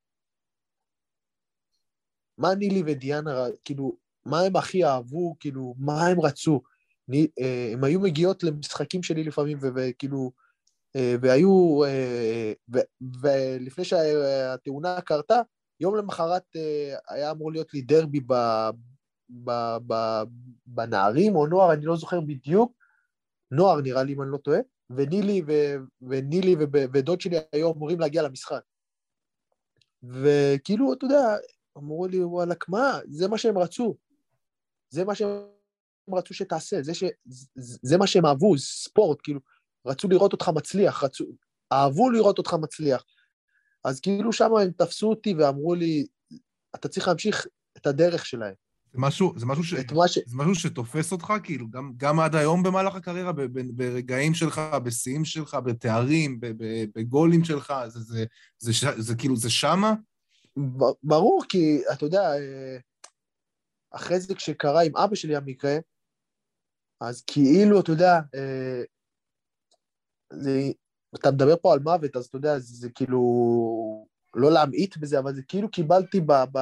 מה נילי ודיאנה, כאילו, מה הם הכי אהבו, כאילו, מה הם רצו. אני, אה, הם היו מגיעות למשחקים שלי לפעמים, ו- וכאילו, אה, והיו, אה, ו- ולפני שהתאונה קרתה, יום למחרת אה, היה אמור להיות לי דרבי ב, ב, ב, בנערים או נוער, אני לא זוכר בדיוק, נוער נראה לי אם אני לא טועה, ונילי, ו, ונילי ו, ודוד שלי היו אמורים להגיע למשחק. וכאילו, אתה יודע, אמרו לי, וואלק, מה? זה מה שהם רצו. זה מה שהם רצו שתעשה. זה, ש... זה מה שהם אהבו, ספורט, כאילו, רצו לראות אותך מצליח, רצו... אהבו לראות אותך מצליח. אז כאילו שם הם תפסו אותי ואמרו לי, אתה צריך להמשיך את הדרך שלהם. זה משהו, זה משהו, ש... ש... זה משהו שתופס אותך, כאילו, גם, גם עד היום במהלך הקריירה, ב... ב... ברגעים שלך, בשיאים שלך, בתארים, ב... ב... בגולים שלך, זה, זה, זה, ש... זה כאילו, זה שמה? ברור, כי אתה יודע, אחרי זה כשקרה עם אבא שלי המקרה, אז כאילו, אתה יודע, זה, אתה מדבר פה על מוות, אז אתה יודע, זה, זה כאילו, לא להמעיט בזה, אבל זה כאילו קיבלתי ב... ב...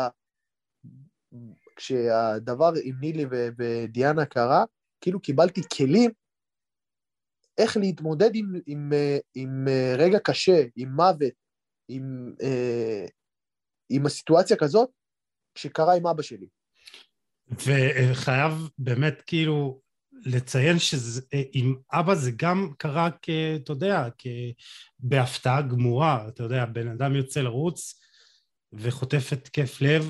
כשהדבר עם נילי ו... ודיאנה קרה, כאילו קיבלתי כלים איך להתמודד עם, עם, עם רגע קשה, עם מוות, עם, עם הסיטואציה כזאת, שקרה עם אבא שלי. וחייב באמת כאילו לציין שעם אבא זה גם קרה כ... אתה יודע, בהפתעה גמורה, אתה יודע, בן אדם יוצא לרוץ וחוטף התקף לב,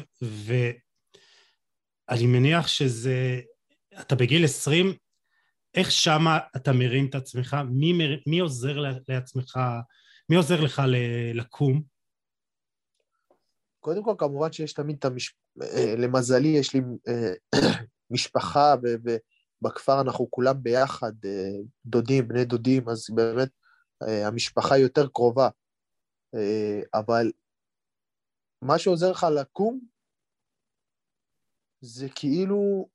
ואני מניח שזה, אתה בגיל עשרים, איך שמה אתה מרים את עצמך, מי, מר... מי עוזר לעצמך, מי עוזר לך לקום? קודם כל, כמובן שיש תמיד את המשפחה, למזלי יש לי משפחה, ובכפר אנחנו כולם ביחד, דודים, בני דודים, אז באמת המשפחה יותר קרובה. אבל מה שעוזר לך לקום, זה כאילו,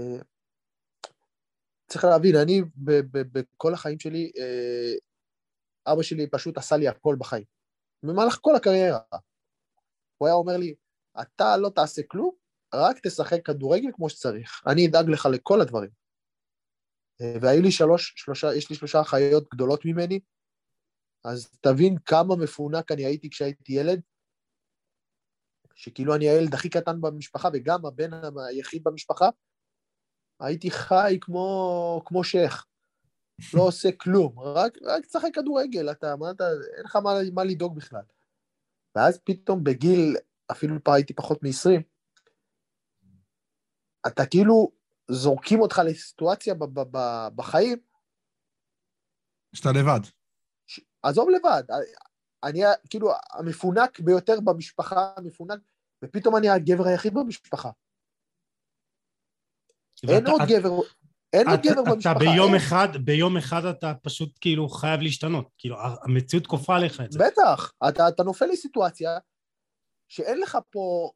צריך להבין, אני בכל החיים שלי, אבא שלי פשוט עשה לי הכל בחיים. במהלך כל הקריירה. הוא היה אומר לי, אתה לא תעשה כלום, רק תשחק כדורגל כמו שצריך. אני אדאג לך לכל הדברים. והיו לי שלוש, שלושה, יש לי שלושה אחיות גדולות ממני, אז תבין כמה מפונק אני הייתי כשהייתי ילד, שכאילו אני הילד הכי קטן במשפחה, וגם הבן היחיד במשפחה, הייתי חי כמו, כמו שייך. לא עושה כלום, רק, רק תשחק כדורגל, אתה, מה, אתה, אין לך מה, מה לדאוג בכלל. ואז פתאום בגיל, אפילו פה הייתי פחות מ-עשרים, אתה כאילו זורקים אותך לסיטואציה ב- ב- בחיים. שאתה לבד. ש... עזוב לבד, אני כאילו המפונק ביותר במשפחה, המפונק, ופתאום אני הגבר היחיד במשפחה. אין עוד גבר, אין עוד גבר במשפחה. אתה ביום אחד, ביום אחד אתה פשוט כאילו חייב להשתנות, כאילו המציאות כופה עליך את זה. בטח, אתה, אתה נופל לסיטואציה שאין לך פה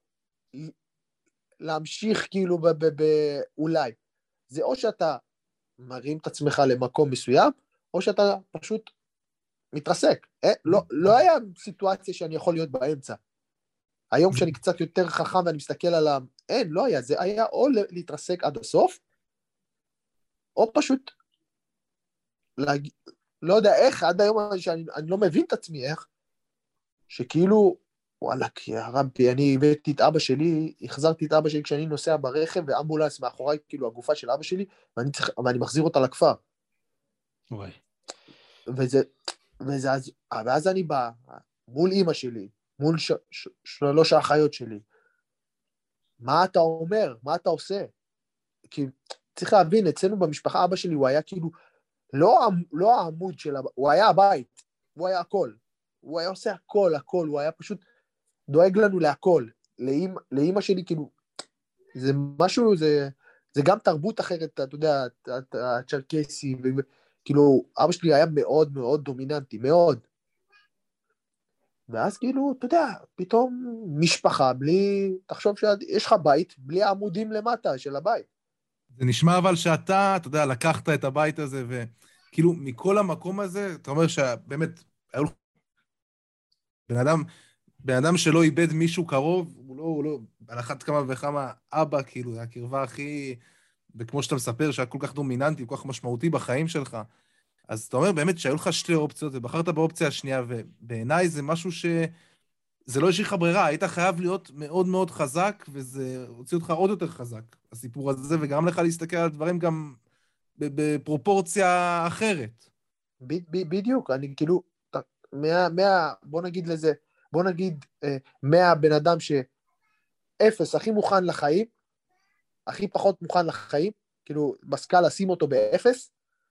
להמשיך כאילו באולי. זה או שאתה מרים את עצמך למקום מסוים, או שאתה פשוט מתרסק. אה, לא, לא היה סיטואציה שאני יכול להיות באמצע. היום כשאני קצת יותר חכם ואני מסתכל עליו, אין, לא היה, זה היה או להתרסק עד הסוף, או פשוט, להג... לא יודע איך, עד היום שאני אני לא מבין את עצמי איך, שכאילו, וואלה, כי הרבי, אני הבאתי את אבא שלי, החזרתי את אבא שלי כשאני נוסע ברכב, ואמבולנס מאחוריי, כאילו הגופה של אבא שלי, ואני, צריך, ואני מחזיר אותה לכפר. וואי. וזה, וזה, אז, ואז אני בא, מול אמא שלי, מול ש, ש, שלוש האחיות שלי, מה אתה אומר? מה אתה עושה? כי צריך להבין, אצלנו במשפחה, אבא שלי, הוא היה כאילו, לא, לא העמוד של, הוא היה הבית, הוא היה הכל. הוא היה עושה הכל, הכל, הוא היה פשוט דואג לנו להכל. לאמא, לאמא שלי, כאילו, זה משהו, זה, זה גם תרבות אחרת, אתה יודע, הצ'רקסי, וכאילו, אבא שלי היה מאוד מאוד דומיננטי, מאוד. ואז כאילו, אתה יודע, פתאום משפחה בלי, תחשוב שיש לך בית בלי העמודים למטה של הבית. זה נשמע אבל שאתה, אתה יודע, לקחת את הבית הזה, וכאילו מכל המקום הזה, אתה אומר שבאמת, היו לך בן אדם, בן אדם שלא איבד מישהו קרוב, הוא לא, הוא לא, על אחת כמה וכמה אבא, כאילו, הקרבה הכי, וכמו שאתה מספר, שהיה כל כך דומיננטי, כל כך משמעותי בחיים שלך, אז אתה אומר באמת שהיו לך שתי אופציות, ובחרת באופציה השנייה, ובעיניי זה משהו ש... זה לא השאיר לך ברירה, היית חייב להיות מאוד מאוד חזק, וזה הוציא אותך עוד יותר חזק, הסיפור הזה, וגם לך להסתכל על דברים גם בפרופורציה אחרת. ב, ב, בדיוק, אני כאילו, מה, מה, בוא נגיד לזה, בוא נגיד, אה, מהבן אדם שאפס, הכי מוכן לחיים, הכי פחות מוכן לחיים, כאילו, בסקאלה, שים אותו באפס,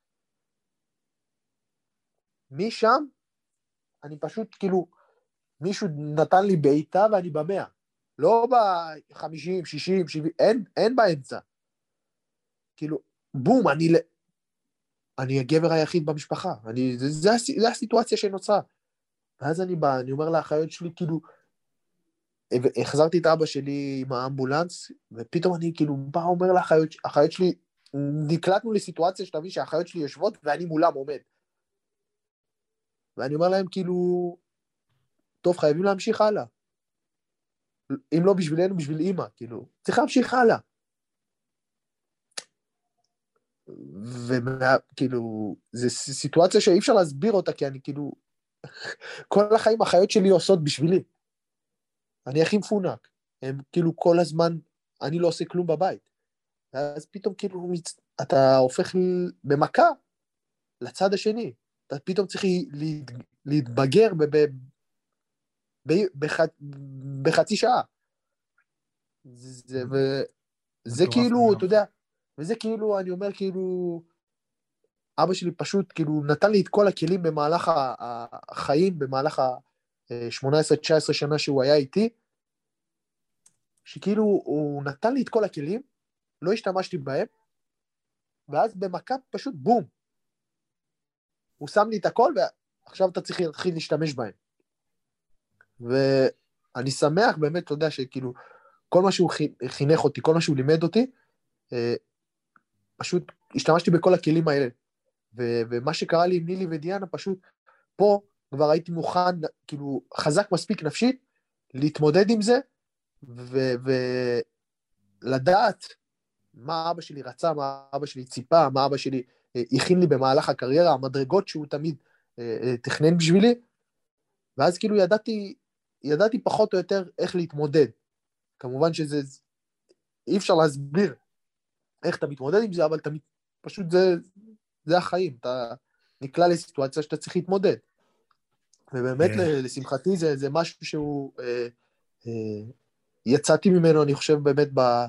משם, אני פשוט, כאילו, מישהו נתן לי בעיטה ואני במאה, לא ב-חמישים, שישים, שבעים, אין, אין באמצע. כאילו, בום, אני, אני הגבר היחיד במשפחה, אני, זה, זה, זה הסיטואציה שנוצרה. ואז אני בא, אני אומר לאחיות שלי, כאילו, החזרתי את אבא שלי עם האמבולנס, ופתאום אני כאילו בא אומר לאחיות, האחיות שלי, נקלטנו לסיטואציה שתביא שהאחיות שלי יושבות, ואני מולם עומד. ואני אומר להם כאילו, טוב, חייבים להמשיך הלאה. אם לא בשבילנו, בשביל אמא, כאילו, צריך להמשיך הלאה. וכאילו, זו סיטואציה שאי אפשר להסביר אותה, כי אני כאילו, כל החיים האחיות שלי עושות בשבילי. אני הכי מפונק. הם כאילו כל הזמן, אני לא עושה כלום בבית. אז פתאום כאילו, אתה הופך במכה לצד השני. אתה פתאום צריך להתבגר ב... בחצי שעה. זה, וזה כאילו, אתה יודע, וזה כאילו, אני אומר כאילו, אבא שלי פשוט כאילו נתן לי את כל הכלים במהלך החיים, במהלך ה-שמונה עשרה תשע עשרה שנה שהוא היה איתי, שכאילו הוא נתן לי את כל הכלים, לא השתמשתי בהם, ואז במכה פשוט בום. הוא שם לי את הכל, ועכשיו אתה צריך להתחיל להשתמש בהם. ואני שמח באמת, אתה יודע, שכאילו, כל מה שהוא חינך אותי, כל מה שהוא לימד אותי, פשוט השתמשתי בכל הכלים האלה. ו- ומה שקרה לי עם נילי ודיאנה, פשוט פה כבר הייתי מוכן, כאילו, חזק מספיק נפשית, להתמודד עם זה, ולדעת מה אבא שלי רצה, מה אבא שלי ציפה, מה אבא שלי הכין לי במהלך הקריירה, המדרגות שהוא תמיד תכנן בשבילי, ואז כאילו ידעתי, ידעתי פחות או יותר איך להתמודד. כמובן שזה, אי אפשר להסביר איך אתה מתמודד עם זה, אבל תמיד, פשוט זה, זה החיים, אתה נקלע לסיטואציה שאתה צריך להתמודד. ובאמת לשמחתי זה, זה משהו שהוא, אה, אה, יצאתי ממנו, אני חושב באמת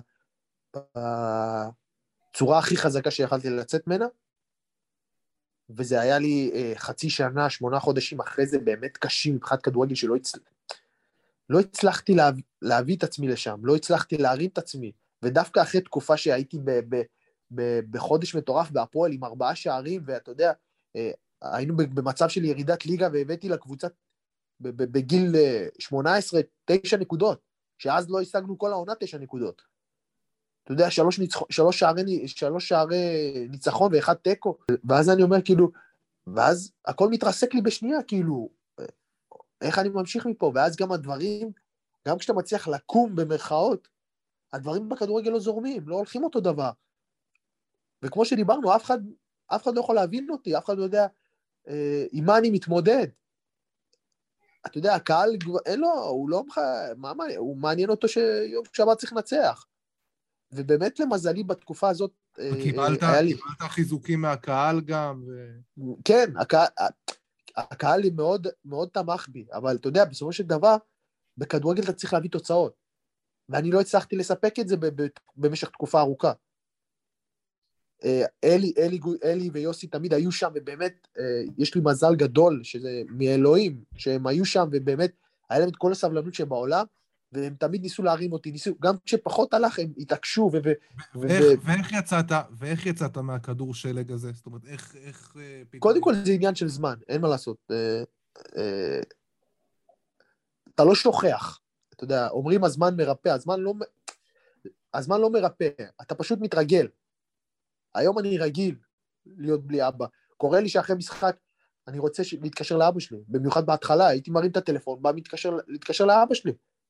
בצורה הכי חזקה שיכלתי לצאת ממנה, וזה היה לי אה, חצי שנה, שמונה חודשים אחרי זה באמת קשים, מבחינת כדורגל שלא הצל... לא הצלחתי לה... להביא את עצמי לשם, לא הצלחתי להרים את עצמי, ודווקא אחרי תקופה שהייתי ב... ב... ב... בחודש מטורף בהפועל עם ארבעה שערים, ואתה יודע, אה, היינו במצב של ירידת ליגה, והבאתי לקבוצה בגיל שמונה עשרה, תשע נקודות, שאז לא השגנו כל העונה תשע נקודות. אתה יודע, שלוש, ניצח... שלוש, שערי... שלוש שערי ניצחון ואחד טקו, ואז אני אומר כאילו, ואז הכל מתרסק לי בשנייה, כאילו, איך אני ממשיך מפה? ואז גם הדברים, גם כשאתה מצליח לקום במרכאות, הדברים בכדורגל לא זורמים, לא הולכים אותו דבר. וכמו שדיברנו, אף אחד, אף אחד לא יכול להבין אותי, אף אחד לא יודע אה, עם מה אני מתמודד. אתה יודע, הקהל, אין לו, הוא לא, מה, מה, הוא מעניין אותו שיום שבת צריך לנצח. ובאמת למזלי בתקופה הזאת, קיבלת, היה לי... קיבלת חיזוקים מהקהל גם. ו... כן, הקהל, הקהל מאוד, מאוד תמך בי, אבל אתה יודע, בסופו של דבר, בכדורגל אתה צריך להביא תוצאות. ואני לא הצלחתי לספק את זה במשך תקופה ארוכה. אלי, אלי, אלי ויוסי תמיד היו שם, ובאמת, יש לי מזל גדול, שזה מאלוהים, שהם היו שם, ובאמת, היה להם את כל הסבלנות שבעולם, והם תמיד ניסו להרים אותי, ניסו, גם כשפחות הלך, הם התעקשו, ו... ואיך יצאת, ואיך יצאת מהכדור שלג הזה? זאת אומרת, איך, איך... קודם כל זה עניין של זמן, אין מה לעשות. אתה לא שוכח, אתה יודע, אומרים הזמן מרפא, הזמן לא, הזמן לא מרפא, אתה פשוט מתרגל. היום אני רגיל להיות בלי אבא. קורא לי שאחרי משחק, אני רוצה להתקשר לאבא שלי, במיוחד בהתחלה, הייתי מרים את הטלפון, בא מתקשר, להתקשר לאבא שלי.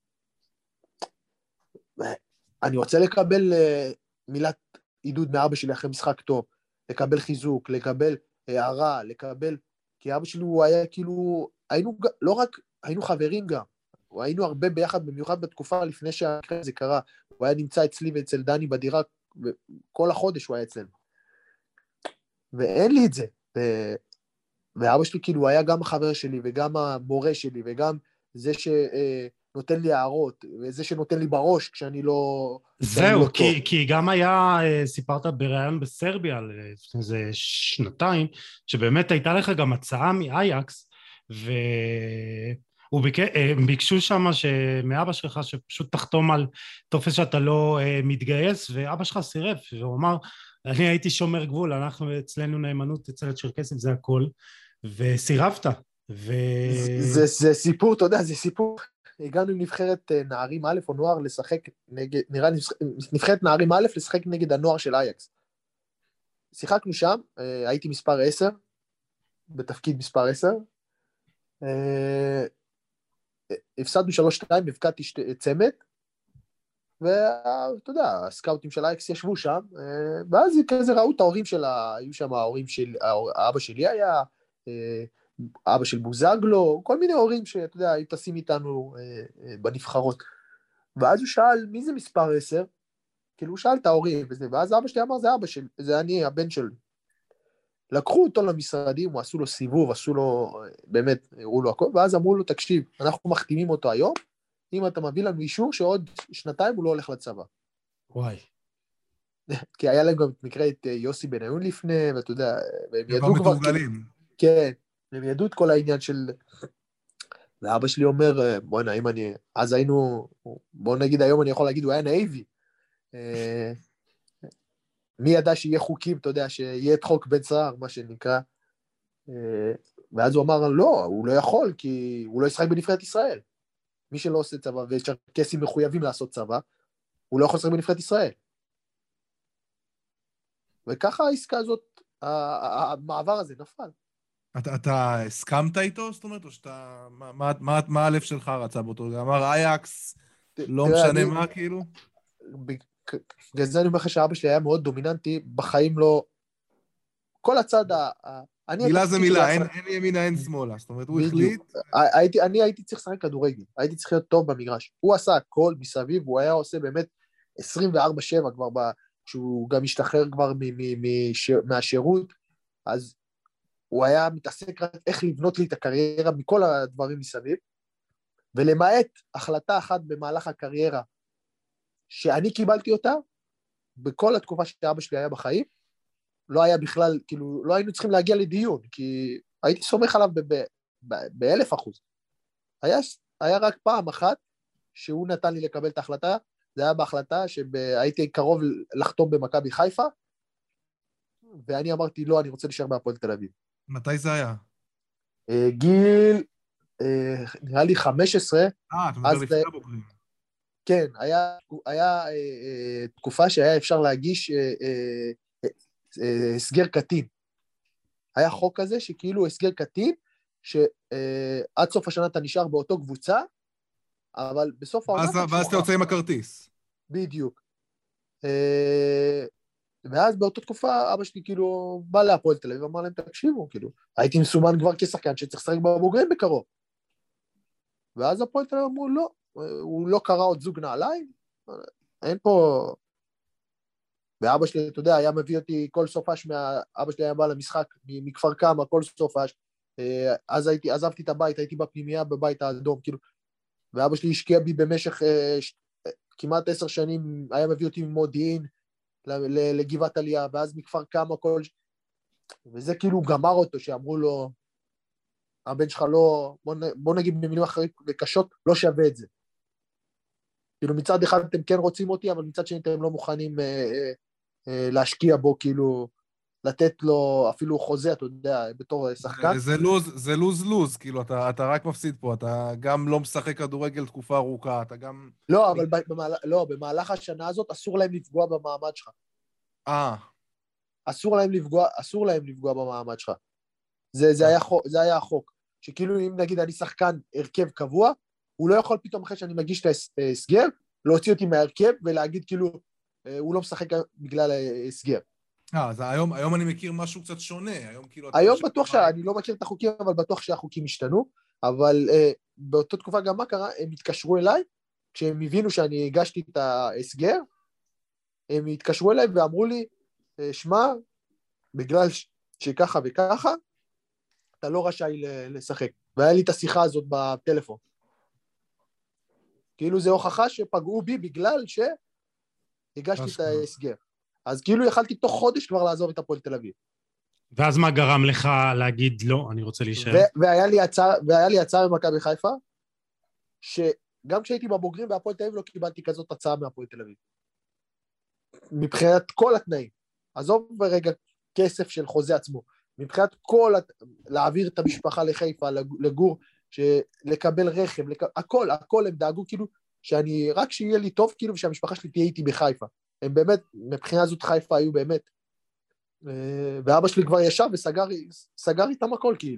אני רוצה לקבל uh, מילת עידוד מאבא שלי אחרי משחק טוב, לקבל חיזוק, לקבל הערה, לקבל, כי אבא שלי הוא היה כאילו, היינו, לא רק, היינו חברים גם, היינו הרבה ביחד, במיוחד בתקופה לפני שהקרה הזה קרה, הוא היה נמצא אצלי ואצל דני בדירה, כל החודש הוא היה אצלנו. ואין לי את זה, ו... ואבא שלי כאילו היה גם החבר שלי, וגם המורה שלי, וגם זה שנותן לי הערות, וזה שנותן לי בראש כשאני לא... זהו, לא כי, כי גם היה, סיפרת בראיון בסרביה, לפני איזה שנתיים, שבאמת הייתה לך גם הצעה מאייקס, והם ביקשו שם מאבא שלך שפשוט תחתום על טופס שאתה לא מתגייס, ואבא שלך סירב, והוא אמר, אני הייתי שומר גבול, אנחנו אצלנו נאמנות, אצל הצ'רקסים זה הכל, וסירבת. ו... זה, זה סיפור, אתה יודע, זה סיפור. הגענו עם נבחרת נערים א' או נוער לשחק נגד, נראה נבחרת נערים א' לשחק נגד הנוער של אייקס. שיחקנו שם, הייתי מספר עשר, בתפקיד מספר עשר, הפסדנו שלוש שתיים, הבקעתי צמד, ואתה יודע, הסקאוטים של אייקס ישבו שם, ואז כזה ראו את ההורים שלה, היו שם ההורים של, האבא שלי היה, אבא של בוזגלו, כל מיני הורים שאתה יודע, היו טסים איתנו בנבחרות. ואז הוא שאל, מי זה מספר עשר? כאילו הוא שאל את ההורים, וזה, ואז אבא שלי אמר, זה אבא שלי, זה אני, הבן שלי. לקחו אותו למשרדים, הוא עשו לו סיבוב, עשו לו, באמת, הראו לו הכל, ואז אמרו לו, תקשיב, אנחנו מחתימים אותו היום, אם אתה מביא לנו אישור שעוד שנתיים הוא לא הולך לצבא. וואי. כי היה להם גם מקרה את יוסי בניון לפני, ואתה יודע, והם ידעו כבר... מתורגלים. כן, הם ידעו את כל העניין של... ואבא שלי אומר, בוא נעים אני... אז היינו, בוא נגיד היום אני יכול להגיד, הוא היה נאיבי. מי ידע שיהיה חוקים, אתה יודע, שיהיה את חוק בן סער, מה שנקרא. ואז הוא אמר, לא, הוא לא יכול, כי הוא לא ישחק בנבחרת ישראל. מי שלא עושה צבא, וצ'רקסים מחויבים לעשות צבא, הוא לא יכול לשחק בנבחרת ישראל. וככה העסקה הזאת, המעבר הזה נפל. אתה, אתה הסכמת איתו, זאת אומרת, או שאתה, מה, מה, מה, מה הלב שלך רצה באותו? אמר אייקס, לא משנה מה, כאילו? בגלל זה אני אומר לך שאבא שלי היה מאוד דומיננטי, בחיים לא... כל הצד ה... מילה זה מילה, אין, אין ימינה, אין שמאלה, זאת אומרת, הוא החליט... הייתי, אני הייתי צריך לשחק כדורגל, הייתי צריך להיות טוב במגרש. הוא עשה הכל מסביב, הוא היה עושה באמת עשרים וארבע שבע כבר, כשהוא גם השתחרר כבר מהשירות, אז הוא היה מתעסק רק איך לבנות לי את הקריירה מכל הדברים מסביב, ולמעט החלטה אחת במהלך הקריירה, שאני קיבלתי אותה, בכל התקופה שאבא שלי היה בחיים, לא היה בכלל, כאילו, לא היינו צריכים להגיע לדיון, כי הייתי סומך עליו באלף אחוז. היה, היה רק פעם אחת, שהוא נתן לי לקבל את ההחלטה, זה היה בהחלטה שהייתי קרוב לחתום במכבי חיפה, ואני אמרתי, לא, אני רוצה להישאר בהפועל תל אביב. מתי זה היה? גיל, נראה לי חמש עשרה. אה, אתה מדבר לפני הבוגרים. כן, היה, היה אה, תקופה שהיה אפשר להגיש אה, אה, אה, הסגר קטין. היה חוק כזה שכאילו הסגר קטין, שעד סוף השנה אתה נשאר באותו קבוצה, אבל בסוף העונה... ואז אתה יוצא עם הכרטיס. בדיוק. אה, ואז באותה תקופה אבא שלי כאילו בא להפועל תל אביב ואמר להם תקשיבו, כאילו, הייתי מסומן כבר כשחקן שצריך לשחק בבוגרים בקרוב. ואז הפועל תל אביב אמרו לא, הוא לא קרא עוד זוג נעליים, אין פה... ואבא שלי, אתה יודע, היה מביא אותי כל סופש, מה... אבא שלי היה בא למשחק מכפר כמה, כל סופש, אז הייתי, עזבתי את הבית, הייתי בפנימיה בבית האדום, כאילו, ואבא שלי השקיע בי במשך ש... כמעט עשר שנים, היה מביא אותי ממודיעין, לגבעת עלייה, ואז מכפר כמה כל... וזה כאילו גמר אותו, שאמרו לו, הבן שלך לא, בוא, בוא נגיד במילים אחרות וקשות, לא שווה את זה. כאילו מצד אחד אתם כן רוצים אותי, אבל מצד שני אתם לא מוכנים אה, אה, אה, להשקיע בו, כאילו, לתת לו אפילו חוזה, אתה יודע, בתור שחקן. זה לוז, זה לוז-לוז, כאילו, אתה, אתה רק מפסיד פה, אתה גם לא משחק כדורגל תקופה ארוכה, אתה גם... לא, אבל במהלך, לא, במהלך השנה הזאת אסור להם לפגוע במעמד שלך. אה. אסור להם לפגוע, אסור להם לפגוע במעמד שלך. זה, זה היה, זה היה החוק. שכאילו אם נגיד אני שחקן הרכב קבוע, הוא לא יכול פתאום אחרי שאני מגיש את ההסגר, להוציא אותי מההרכב ולהגיד כאילו, הוא לא משחק בגלל ההסגר. אה, אז היום, היום אני מכיר משהו קצת שונה, היום כאילו... היום בטוח שאני לא מכיר את החוקים, אבל בטוח שהחוקים השתנו, אבל uh, באותה תקופה גם מה קרה, הם התקשרו אליי, כשהם הבינו שאני הגשתי את ההסגר, הם התקשרו אליי ואמרו לי, שמע, בגלל ש... שככה וככה, אתה לא רשאי לשחק. והיה לי את השיחה הזאת בטלפון. כאילו זה הוכחה שפגעו בי בגלל שהגשתי את ההסגר. אז כאילו יכלתי תוך חודש כבר לעזוב את הפועל תל אביב. ואז מה גרם לך להגיד לא, אני רוצה להישאר? והיה לי הצעה, והיה לי הצעה במכבי חיפה, שגם כשהייתי בבוגרים בהפועל תל אביב לא קיבלתי כזאת הצעה מהפועל תל אביב. מבחינת כל התנאים. עזוב ברגע כסף של חוזה עצמו. מבחינת כל, להעביר את המשפחה לחיפה, לגור, לקבל רכב, לק... הכל, הכל הם דאגו כאילו, שאני, רק שיהיה לי טוב כאילו, ושהמשפחה שלי תהיה איתי בחיפה. הם באמת, מבחינה זאת חיפה היו באמת, ואבא שלי כבר ישב וסגר סגר איתם הכל כאילו.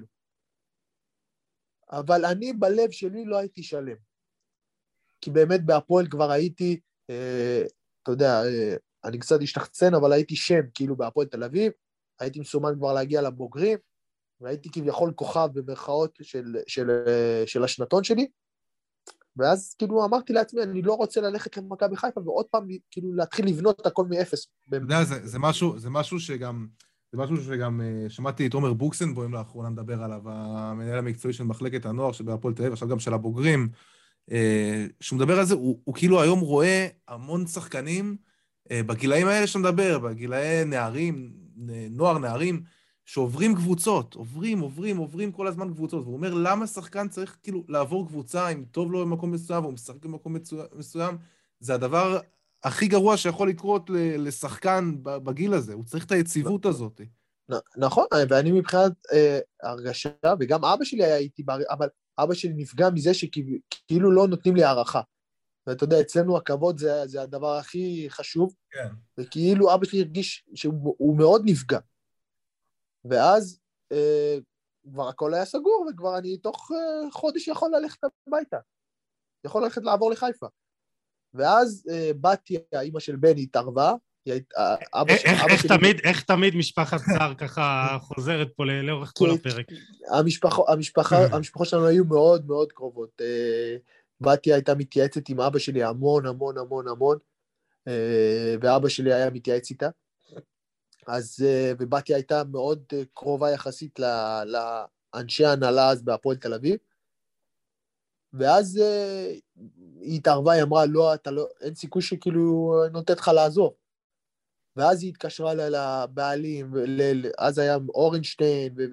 אבל אני בלב שלי לא הייתי שלם. כי באמת בהפועל כבר הייתי, אתה יודע, אני קצת השתחצן, אבל הייתי שם כאילו בהפועל תל אביב, הייתי מסומן כבר להגיע לבוגרים, והייתי כביכול כוכב במרכאות של, של, של השנתון שלי, ואז כאילו אמרתי לעצמי, אני לא רוצה ללכת למכבי חיפה, ועוד פעם כאילו להתחיל לבנות את הכל מאפס. אתה יודע, זה, זה משהו, זה משהו שגם, זה משהו שגם שמעתי את עומר בוקסנבוים לאחרונה מדבר עליו, המנהל המקצועי של מחלקת הנוער שבהפועל תל אביב, עכשיו גם של הבוגרים, שהוא מדבר על זה, הוא, הוא כאילו היום רואה המון שחקנים, בגילאים האלה שמדבר, בגילאי נערים, נוער נערים, שעוברים קבוצות, עוברים, עוברים, עוברים כל הזמן קבוצות, והוא אומר, למה שחקן צריך כאילו לעבור קבוצה, אם טוב לו במקום מסוים, והוא משחק במקום מסוים, זה הדבר הכי גרוע שיכול לקרות לשחקן בגיל הזה, הוא צריך את היציבות הזאת. נכון, ואני מבחינת הרגשה, וגם אבא שלי היה איתי, אבל אבא שלי נפגע מזה שכאילו לא נותנים לי הערכה. ואתה יודע, אצלנו הכבוד זה, זה הדבר הכי חשוב, כן. וכאילו אבא שלי הרגיש שהוא מאוד נפגע. ואז אה, כבר הכל היה סגור, וכבר אני תוך אה, חודש יכול ללכת הביתה. יכול ללכת לעבור לחיפה. ואז אה, באתי, האמא של בני התערבה, אבא איך, אבא איך, שלי... תמיד, איך תמיד משפחת צער ככה חוזרת פה לאורך כל הפרק? המשפחה, המשפחה, המשפחות שלנו היו מאוד מאוד קרובות. אה, באתי הייתה מתייעצת עם אבא שלי המון המון המון המון, ואבא שלי היה מתייעץ איתה, אז, ובאתי הייתה מאוד קרובה יחסית לאנשי ההנהלה אז בהפועל תל אביב, ואז היא התערבה, היא אמרה, לא, אתה לא, אין סיכוי שכאילו נותנת לך לעזוב, ואז היא התקשרה לבעלים, אז היה אורנשטיין, ו...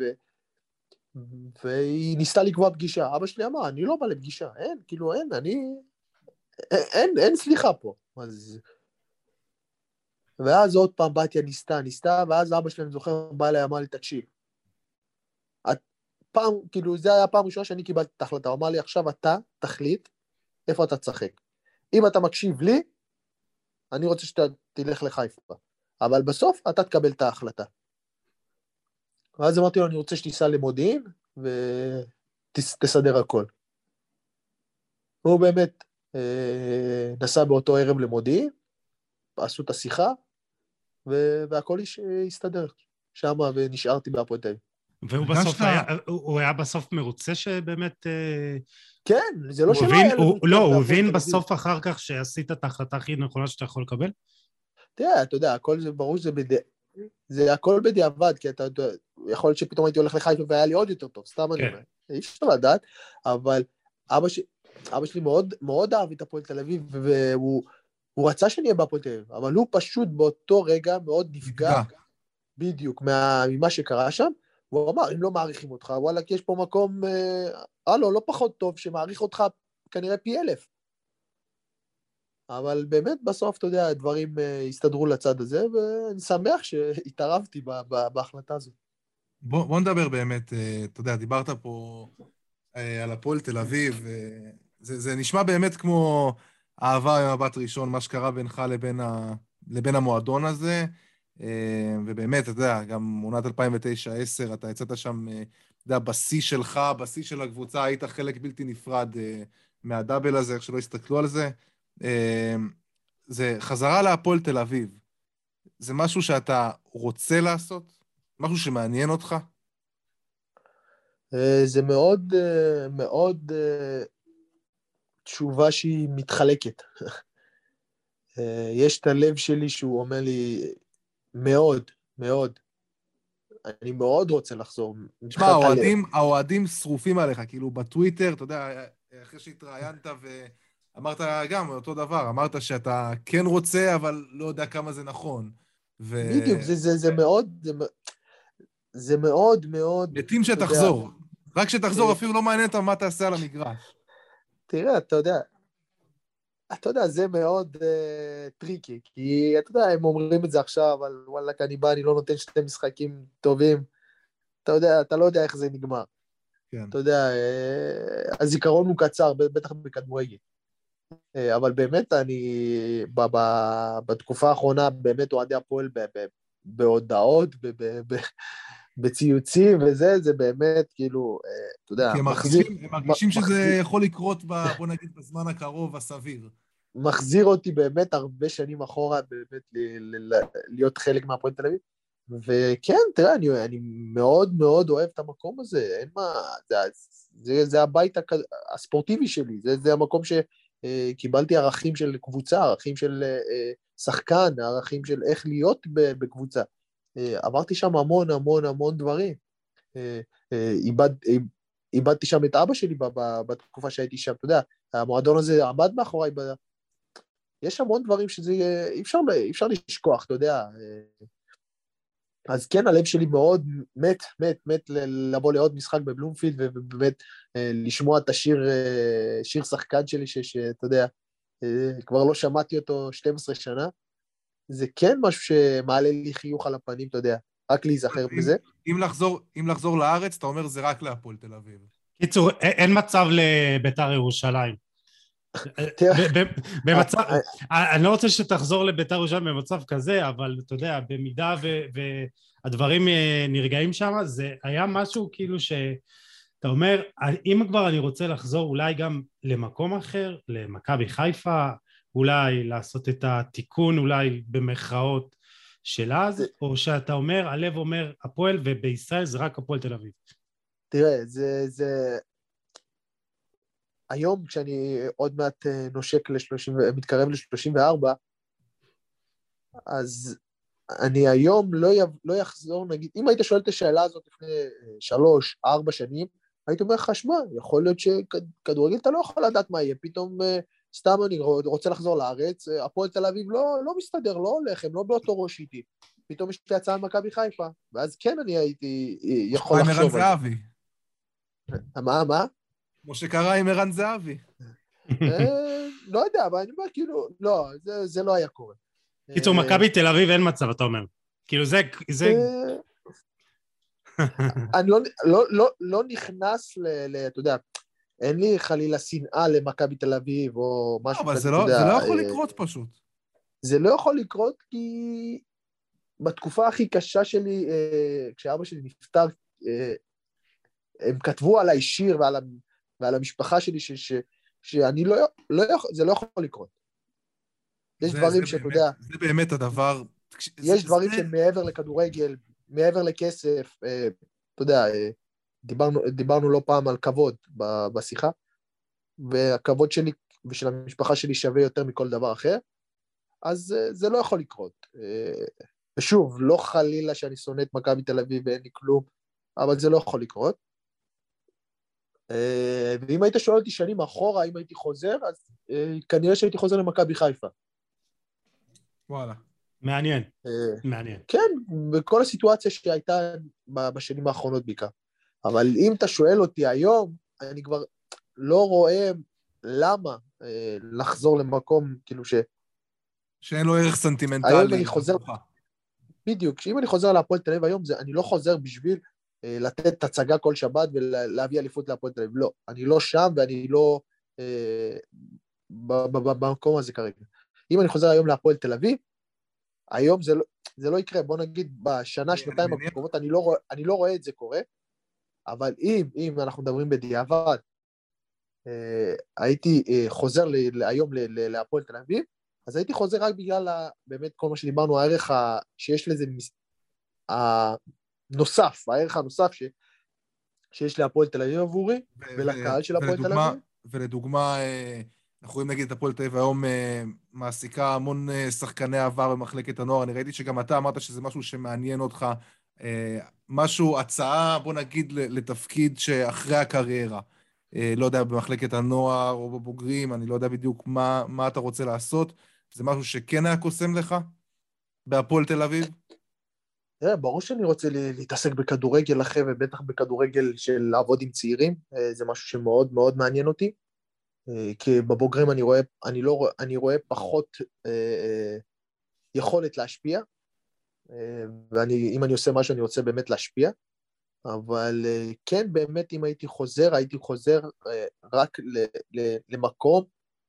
והיא ניסתה לקבוע פגישה, אבא שלי אמר, אני לא בא לפגישה, אין, כאילו אין, אני, אין, אין סליחה פה, אז, ואז עוד פעם בתיה ניסתה, ניסתה, ואז אבא שלי, אני זוכר, בא אליי, אמר לי, תקשיב, את, פעם, כאילו, זה היה הפעם ראשונה שאני קיבלתי את ההחלטה, הוא אמר לי, עכשיו אתה תחליט, איפה אתה תשחק, אם אתה מקשיב לי, אני רוצה שאתה תלך לחיפה, אבל בסוף אתה תקבל את ההחלטה, ואז אמרתי לו, אני רוצה שתיסע למודיעין, ותסדר הכל. הוא באמת אה, נסע באותו ערב למודיעין, עשו את השיחה, והכל הסתדר שם, ונשארתי בהפועל תל אביב. והוא בסוף היה, הוא היה בסוף מרוצה שבאמת... כן, זה לא שלא היה... לא, הוא הבין בסוף אחר כך שעשית את ההחלטה הכי נכונה שאתה יכול לקבל? תראה, אתה יודע, הכל זה ברור שזה בדי... זה הכל בדיעבד, כי אתה יודע, יכול להיות שפתאום הייתי הולך לחיפה והיה לי עוד יותר טוב, סתם אני אומר, אי אפשר לדעת, אבל אבא, ש... אבא שלי מאוד, מאוד אהב את הפועל תל אביב, והוא הוא רצה שאני אהיה בהפועל תל אביב, אבל הוא פשוט באותו רגע מאוד נפגע, בדיוק, מה... ממה שקרה שם, והוא אמר, אם לא מעריכים אותך, וואלה, כי יש פה מקום, אה, הלו, לא פחות טוב, שמעריך אותך כנראה פי אלף. אבל באמת בסוף, אתה יודע, הדברים הסתדרו לצד הזה, ואני שמח שהתערבתי בהחלטה הזאת. בוא, בוא נדבר באמת, אתה יודע, דיברת פה על הפועל תל אביב, זה, זה נשמע באמת כמו אהבה במבט ראשון, מה שקרה בינך לבין, ה, לבין המועדון הזה, ובאמת, אתה יודע, גם עונת אלפיים ותשע עשר, אתה יצאת שם, אתה יודע, בשיא שלך, בשיא של הקבוצה, היית חלק בלתי נפרד מהדאבל הזה, איך שלא הסתכלו על זה. זה חזרה להפועל תל אביב. זה משהו שאתה רוצה לעשות? משהו שמעניין אותך? זה מאוד, מאוד תשובה שהיא מתחלקת. יש את הלב שלי שהוא אומר לי, מאוד, מאוד. אני מאוד רוצה לחזור. תשמע, האוהדים, האוהדים שרופים עליך, כאילו בטוויטר, אתה יודע, אחרי שהתראיינת ואמרת גם אותו דבר, אמרת שאתה כן רוצה, אבל לא יודע כמה זה נכון. ו... בדיוק, זה, זה, זה מאוד, זה, זה מאוד מאוד... מתים שתחזור. רק שתחזור, אפילו לא מעניין אותם מה תעשה על המגרש. תראה, אתה יודע, אתה יודע, זה מאוד uh, טריקי, כי אתה יודע, הם אומרים את זה עכשיו, אבל וואלה, אני בא, אני לא נותן שתי משחקים טובים, אתה יודע, אתה לא יודע איך זה נגמר. כן. אתה יודע, uh, הזיכרון הוא קצר, בטח בכדורגל. Uh, אבל באמת, אני, ב, ב, בתקופה האחרונה, באמת אוהדי הפועל ב, ב, בהודעות, ב, ב, ב, בציוצים וזה, זה באמת, כאילו, uh, אתה יודע, כי הם מחזיר... מרגישים, הם מרגישים שזה מחזיר, יכול לקרות, ב, בוא נגיד, בזמן הקרוב, הסביר. מחזיר אותי באמת הרבה שנים אחורה, באמת ל- ל- להיות חלק מהפועל תל אביב, וכן, תראה, אני, אני מאוד מאוד אוהב את המקום הזה, אין מה, זה, זה, זה הבית הק... הספורטיבי שלי, זה, זה המקום שקיבלתי ערכים של קבוצה, ערכים של שחקן, ערכים של איך להיות בקבוצה. עברתי שם המון המון המון דברים. איבד, איבדתי שם את אבא שלי בתקופה שהייתי שם, אתה יודע, המועדון הזה עמד מאחוריי, יש המון דברים שזה, אי אפשר, אי אפשר לשכוח, אתה יודע. אז כן, הלב שלי מאוד מת, מת, מת לבוא לעוד משחק בבלומפילד, ובאמת לשמוע את השיר, שיר שחקן שלי, שאתה יודע, כבר לא שמעתי אותו שתים עשרה שנה, זה כן משהו שמעלה לי חיוך על הפנים, אתה יודע, רק להיזכר בזה. אם לחזור, אם לחזור לארץ, אתה אומר זה רק להפועל תל אביב. קיצור, אין מצב לביתר ירושלים. במצב, אני לא רוצה שתחזור לביתר ירושלים במצב כזה, אבל אתה יודע, במידה והדברים נרגעים שם, זה היה משהו כאילו שאתה אומר, אם כבר אני רוצה לחזור אולי גם למקום אחר, למכבי חיפה, אולי לעשות את התיקון, אולי במחאות של אז, או שאתה אומר, הלב אומר הפועל, ובישראל זה רק הפועל תל אביב. תראה, זה, זה... היום כשאני עוד מעט נושק ל-שלושים, מתקרב ל-שלושים וארבע, אז אני היום לא, י... לא יחזור, נגיד, אם היית שואל את השאלה הזאת לפני שלוש, ארבע שנים, היית אומר לך, שמע, יכול להיות שכדורגל אתה לא יכול לדעת מה יהיה, פתאום סתם אני רוצה לחזור לארץ, הפועל תל אביב לא, לא מסתדר, לא הולך, הם לא באותו ראש איתי, פתאום יש לי הצעה על מכבי חיפה, ואז כן אני הייתי יכול לחשוב על זה. מה, מה? כמו שקרה עם ערן זהבי. לא יודע, אבל אני אומר, כאילו, לא, זה לא היה קורה. קיצור, מכבי תל אביב אין מצב, אתה אומר. כאילו, זה... אני לא נכנס ל... אתה יודע, אין לי חלילה שנאה למכבי תל אביב, או משהו כזה, אבל זה לא יכול לקרות פשוט. זה לא יכול לקרות, כי בתקופה הכי קשה שלי, כשאבא שלי נפטר, הם כתבו עליי שיר ועל, ועל המשפחה שלי, ש, ש, שאני לא, לא יכול, זה לא יכול לקרות. יש זה, דברים זה שאתה באמת, יודע... זה באמת הדבר... יש זה, דברים זה... שהם מעבר לכדורגל, מעבר לכסף, אה, אתה יודע, אה, דיברנו, דיברנו לא פעם על כבוד ב, בשיחה, והכבוד שלי ושל המשפחה שלי שווה יותר מכל דבר אחר, אז אה, זה לא יכול לקרות. אה, ושוב, לא חלילה שאני שונא את מכבי תל אביב ואין לי כלום, אבל זה לא יכול לקרות. ואם היית שואל אותי שנים אחורה, אם הייתי חוזר, אז כנראה שהייתי חוזר למכבי חיפה. וואלה. מעניין, מעניין. כן, בכל הסיטואציה שהייתה בשנים האחרונות בעיקר. אבל אם אתה שואל אותי היום, אני כבר לא רואה למה לחזור למקום, כאילו ש... שאין לו ערך סנטימנטלי. היום אני חוזר, בדיוק, שאם אני חוזר להפועל תל אביב היום, זה, אני לא חוזר בשביל אה, לתת הצגה כל שבת ולהביא אליפות להפועל תל אביב, לא, אני לא שם ואני לא אה, במקום הזה כרגע. אם אני חוזר היום להפועל תל אביב, היום זה לא, זה לא יקרה, בוא נגיד בשנה, שנתיים הקרובות, אני לא, אני לא רואה את זה קורה, אבל אם, אם אנחנו מדברים בדיעבד, אה, הייתי אה, חוזר ל, היום להפועל תל אביב, אז הייתי חוזר רק בגלל ה, באמת כל מה שדיברנו, הערך ה, שיש לזה הנוסף, הערך הנוסף ש, שיש להפועל תל אביב עבורי, ו- ולקהל של הפועל תל אביב. ולדוגמה, אנחנו רואים נגיד את הפועל תל אביב היום מעסיקה המון שחקני עבר במחלקת הנוער, אני ראיתי שגם אתה אמרת שזה משהו שמעניין אותך, משהו, הצעה, בוא נגיד, לתפקיד שאחרי הקריירה, לא יודע, במחלקת הנוער או בבוגרים, אני לא יודע בדיוק מה, מה אתה רוצה לעשות, זה משהו שכן היה קוסם לך בהפועל תל אביב? תראה, ברור שאני רוצה להתעסק בכדורגל אחרי, ובטח בכדורגל של לעבוד עם צעירים, זה משהו שמאוד מאוד מעניין אותי, כי בבוגרים אני רואה, אני לא, אני רואה פחות יכולת להשפיע, ואם אני עושה משהו אני רוצה באמת להשפיע, אבל כן, באמת אם הייתי חוזר, הייתי חוזר רק למקום,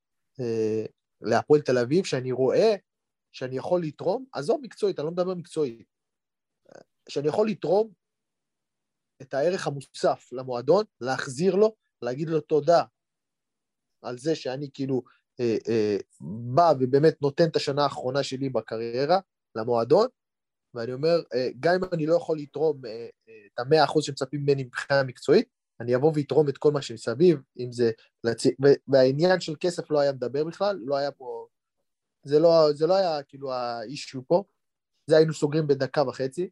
להפועל תל אביב, שאני רואה שאני יכול לתרום, עזוב מקצועית, אני לא מדבר מקצועית, שאני יכול לתרום את הערך המוסף למועדון, להחזיר לו, להגיד לו תודה על זה שאני כאילו אה, אה, בא ובאמת נותן את השנה האחרונה שלי בקריירה למועדון, ואני אומר, אה, גם אם אני לא יכול לתרום אה, אה, את המאה אחוז שמצפים ממני מבחינה מקצועית, אני אבוא ויתרום את כל מה שמסביב, אם זה, לצ... והעניין של כסף לא היה מדבר בכלל, לא היה פה, זה לא, זה לא היה כאילו האישיו פה, זה היינו סוגרים בדקה וחצי,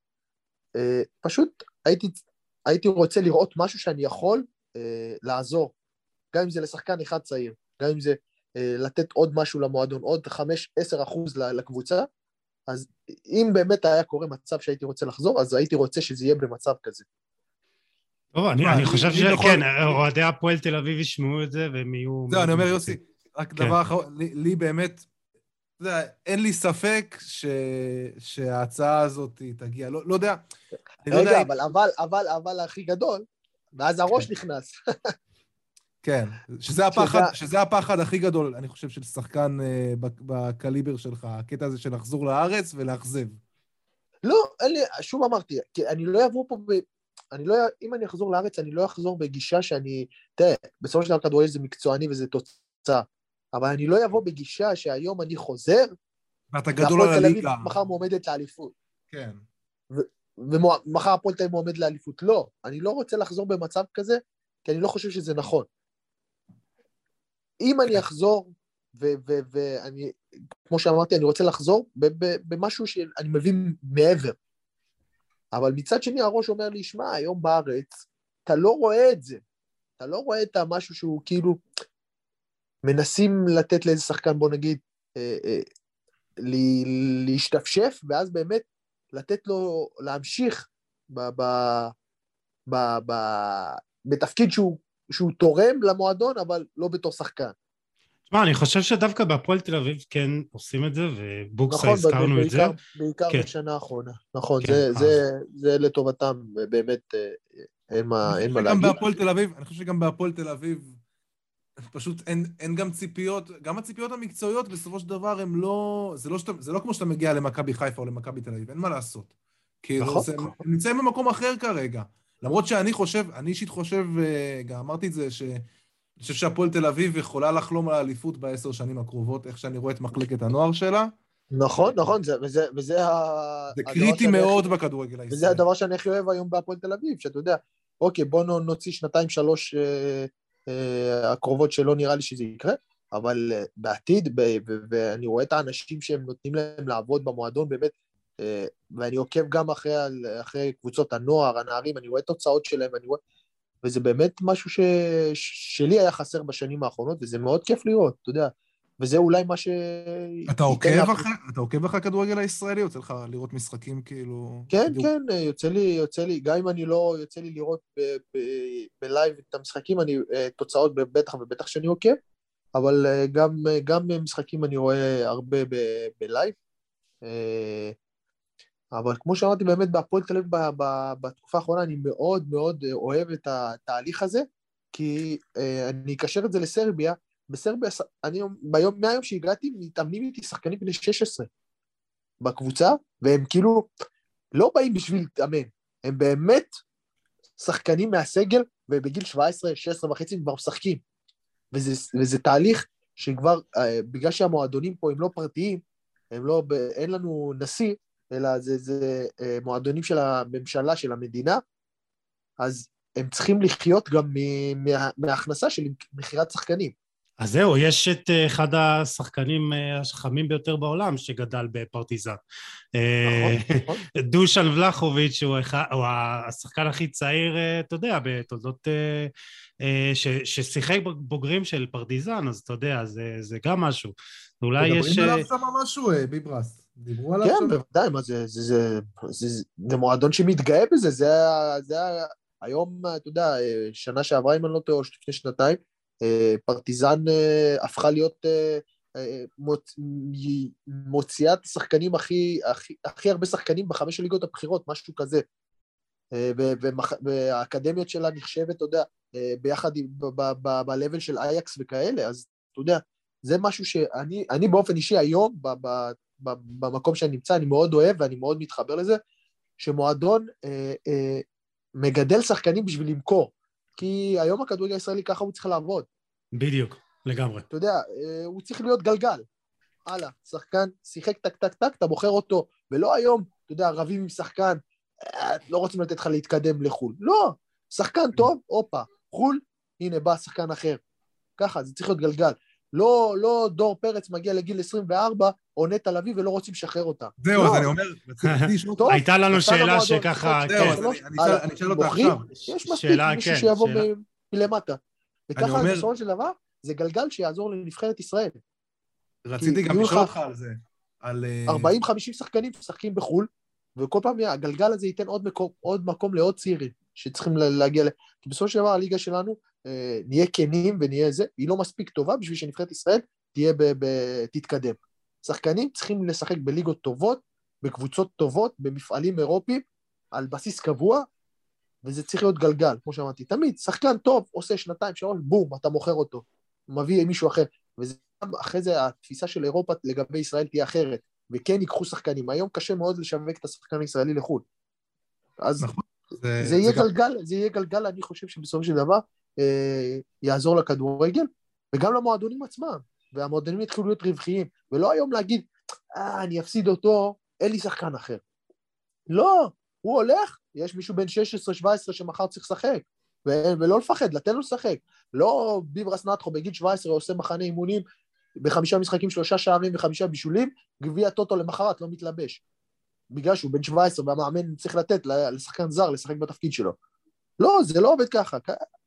פשוט הייתי, הייתי רוצה לראות משהו שאני יכול אה, לעזור, גם אם זה לשחקן אחד צעיר, גם אם זה אה, לתת עוד משהו למועדון, עוד חמש עשר אחוז לקבוצה, אז אם באמת היה קורה מצב שהייתי רוצה לחזור, אז הייתי רוצה שזה יהיה במצב כזה. טוב, אני, אני חושב שכן, אוהדי הפועל תל אביב ישמעו את זה, והם יהיו... זהו, אני אומר יוסי, רק דבר אחרון, לי באמת, אין לי ספק ש... שההצעה הזאת תגיע, לא, לא יודע. רגע, לא אבל, אם... אבל, אבל, אבל הכי גדול, ואז הראש נכנס. כן, שזה הפחד, שזה הפחד הכי גדול, אני חושב, של שחקן בקליבר שלך, הקטע הזה של לחזור לארץ ולאכזב. לא, אין לי, שוב אמרתי, כי אני לא אעבור פה, ב... אני לא, אם אני אחזור לארץ, אני לא אחזור בגישה שאני, תראה, בסופו של דבר כדורגל זה מקצועני וזה תוצאה, אבל אני לא אבוא בגישה שהיום אני חוזר, ואתה גדול על הליגה. מחר מועמדת לאליפות. כן. ומחר הפועל תל אביב מועמד לאליפות. לא, אני לא רוצה לחזור במצב כזה, כי אני לא חושב שזה נכון. אם אני אחזור, ואני, כמו שאמרתי, אני רוצה לחזור במשהו שאני מבין מעבר. אבל מצד שני הראש אומר לי, שמע, היום בארץ, אתה לא רואה את זה. אתה לא רואה את המשהו שהוא כאילו, מנסים לתת לאיזה שחקן, בוא נגיד, אה, אה, להשתפשף, ואז באמת לתת לו להמשיך ב, ב, ב, ב, בתפקיד שהוא, שהוא תורם למועדון, אבל לא בתור שחקן. תשמע, אני חושב שדווקא בהפועל תל אביב כן עושים את זה, ובוקסה נכון, הזכרנו בעיקר, את זה. בעיקר כן. בשנה האחרונה. נכון, כן, זה, אז... זה, זה לטובתם, באמת, אין מה, אין מה להגיד. בהפועל תל אביב, אני חושב שגם בהפועל תל אביב, פשוט אין, אין גם ציפיות, גם הציפיות המקצועיות בסופו של דבר הם לא, זה לא, שאתה, זה לא כמו שאתה מגיע למכבי חיפה או למכבי תל אביב, אין מה לעשות. כאילו, זה, הם נמצאים במקום אחר כרגע. למרות שאני חושב, אני אישית חושב, גם אמרתי את זה, שאני חושב שהפועל תל אביב יכולה לחלום על האליפות בעשר שנים הקרובות, איך שאני רואה את מחלקת הנוער שלה. נכון, נכון, זה, וזה, וזה ה... זה קריטי מאוד בכדורגל הישראלי. וזה הדבר שאני הכי אוהב היום בהפועל תל אביב, שאתה יודע, אוקיי, בוא נוציא שנתיים, שלוש אה, אה, הקרובות שלא נראה לי שזה יקרה, אבל אה, בעתיד, ב, ו, ואני רואה את האנשים שהם נותנים להם לעבוד במועדון, באמת, אה, ואני עוקב גם אחרי, אחרי קבוצות הנוער, הנערים, אני רואה תוצאות שלהם, ואני רואה, וזה באמת משהו ש, שלי היה חסר בשנים האחרונות, וזה מאוד כיף לראות, אתה יודע, וזה אולי מה ש... אתה עוקב אחרי, אתה עוקב אחרי הכדורגל הישראלי? יוצא לך לראות משחקים כאילו... כן, כן, יוצא לי, יוצא לי, גם אם אני לא, יוצא לי לראות בלייב את המשחקים, אני, תוצאות בטח ובטח שאני עוקב, אבל אה, גם, אה, גם משחקים אני רואה הרבה ב- בלייב. אה, אבל כמו שאמרתי, באמת בהפועל תל אביב ב- ב- בתקופה האחרונה, אני מאוד מאוד אה, אוהב את התהליך הזה, כי אה, אני אקשר את זה לסרביה. בסרביה, ס- אני, ביום, מהיום שהגעתי, מתאמנים איתי שחקנים בני שש עשרה בקבוצה, והם כאילו לא באים בשביל להתאמן, הם באמת שחקנים מהסגל, ובגיל שבע עשרה, שש עשרה וחצי כבר משחקים. וזה, וזה תהליך שכבר, אה, בגלל שהמועדונים פה הם לא פרטיים, הם לא, ב, אין לנו נשיא, אלא זה, זה אה, מועדונים של הממשלה, של המדינה, אז הם צריכים לחיות גם מ, מה, מההכנסה של מכירת שחקנים. אז זהו, יש את אה, אחד השחקנים אה, החכמים ביותר בעולם שגדל בפרטיזן. אה, נכון, נכון. דושן ולחוביץ' הוא אחד- הוא השחקן הכי צעיר, אה, אתה יודע, בתולדות, אה, אה, ש- ששיחק בוגרים של פרטיזן, אז אתה יודע, זה זה גם משהו. אולי יש... מדברים אה, עליו שם משהו, אה, ביברס? דיברו עליו כן, שם? בוודאי, מה זה, זה, זה, זה, זה, זה מועדון שמתגאה בזה, זה, ה- זה, ה- היום, אתה יודע, אה, שנה שעברה, אם אני לא טועה, או לפני שנתיים, אה, פרטיזן אה, הפכה להיות אה, אה, מוצ, מ- מוציאה את השחקנים הכי, הכי, הכי הרבה שחקנים בחמש הליגות הבכירות, משהו כזה. אה, ו- ומח- והאקדמיות שלה נחשבת, אתה יודע, אה, ביחד עם- ב- ב- ב- ב-level של אייקס וכאלה, אז אתה יודע, זה משהו שאני אני באופן אישי היום, ב- ב- ב- במקום שאני נמצא, אני מאוד אוהב ואני מאוד מתחבר לזה, שמועדון אה, אה, מגדל שחקנים בשביל למכור, כי היום הכדורגל הישראלי ככה הוא צריך לעבוד. בדיוק, לגמרי. אתה יודע, אה, הוא צריך להיות גלגל. הלאה, שחקן, שיחק טק טק טק, אתה בוחר אותו, ולא היום, אתה יודע, רבים עם שחקן, אה, לא רוצים לתת לך להתקדם לחו"ל. לא, שחקן טוב, הופה, חו"ל, הנה בא שחקן אחר. ככה, זה צריך להיות גלגל. לא, לא דור פרץ מגיע לגיל עשרים וארבע, או נטע לביא, ולא רוצים לשחרר אותה. זהו, לא, אז אני אומר, רציתי לשאול אותך. טוב, הייתה לנו נתן שאלה המועדון, שככה, שיחק זהו, כן. אז שלוש, אני- אני אשאל- הלאה. אני אשאל אותה מוכרים, עכשיו. יש מספיק שאלה, מישהו כן, שיבוא שאלה. מ- מלמטה. אני וככה, אומר- בסופו של דבר, זה גלגל שיעזור לנבחרת ישראל. רציתי כי גם יהיו לשאול לך- אותך על זה. על... אה, ארבעים חמישים שחקנים משחקים בחו"ל, וכל פעם הגלגל הזה ייתן עוד מקום, עוד מקום לעוד צעירים שצריכים להגיע ל... כי בסופו של דבר הליגה שלנו, אה, נהיה כנים ונהיה זה, היא לא מספיק טובה בשביל שנבחרת ישראל תהיה ב... ב... תתקדם. שחקנים צריכים לשחק בליגות טובות, בקבוצות טובות, במפעלים אירופיים, על בסיס קבוע, וזה צריך להיות גלגל, כמו שאמרתי. תמיד, שחקן טוב, עושה שנתיים, שלוש, בום, אתה מוכר אותו. מביא מישהו אחר. וזה אחרי זה התפיסה של אירופה לגבי ישראל תהיה אחרת, וכן ייקחו שחקנים. היום קשה מאוד לשווק את השחקן הישראלי לחו"ל. אז נכון. זה, זה יהיה זה גם... גלגל, זה יהיה גלגל, אני חושב שבסופו של דבר אה, יעזור לכדורגל, וגם למועדונים עצמם, והמועדונים יתחילו להיות רווחיים, ולא היום להגיד, אה, אני אפסיד אותו, אין לי שחקן אחר. לא, הוא הולך, יש מישהו בין שש עשרה שבע עשרה שמחר צריך לשחק, ו- ולא לפחד, לתן לו לשחק. לא ביברס נטחו בגיל שבע עשרה עושה מחנה אימונים, בחמישה משחקים שלושה שערים וחמישה בישולים, גביע טוטו למחרת, לא מתלבש. בגלל שהוא בן שבע עשרה והמאמן צריך לתת לשחקן זר לשחק בתפקיד שלו. לא, זה לא עובד ככה.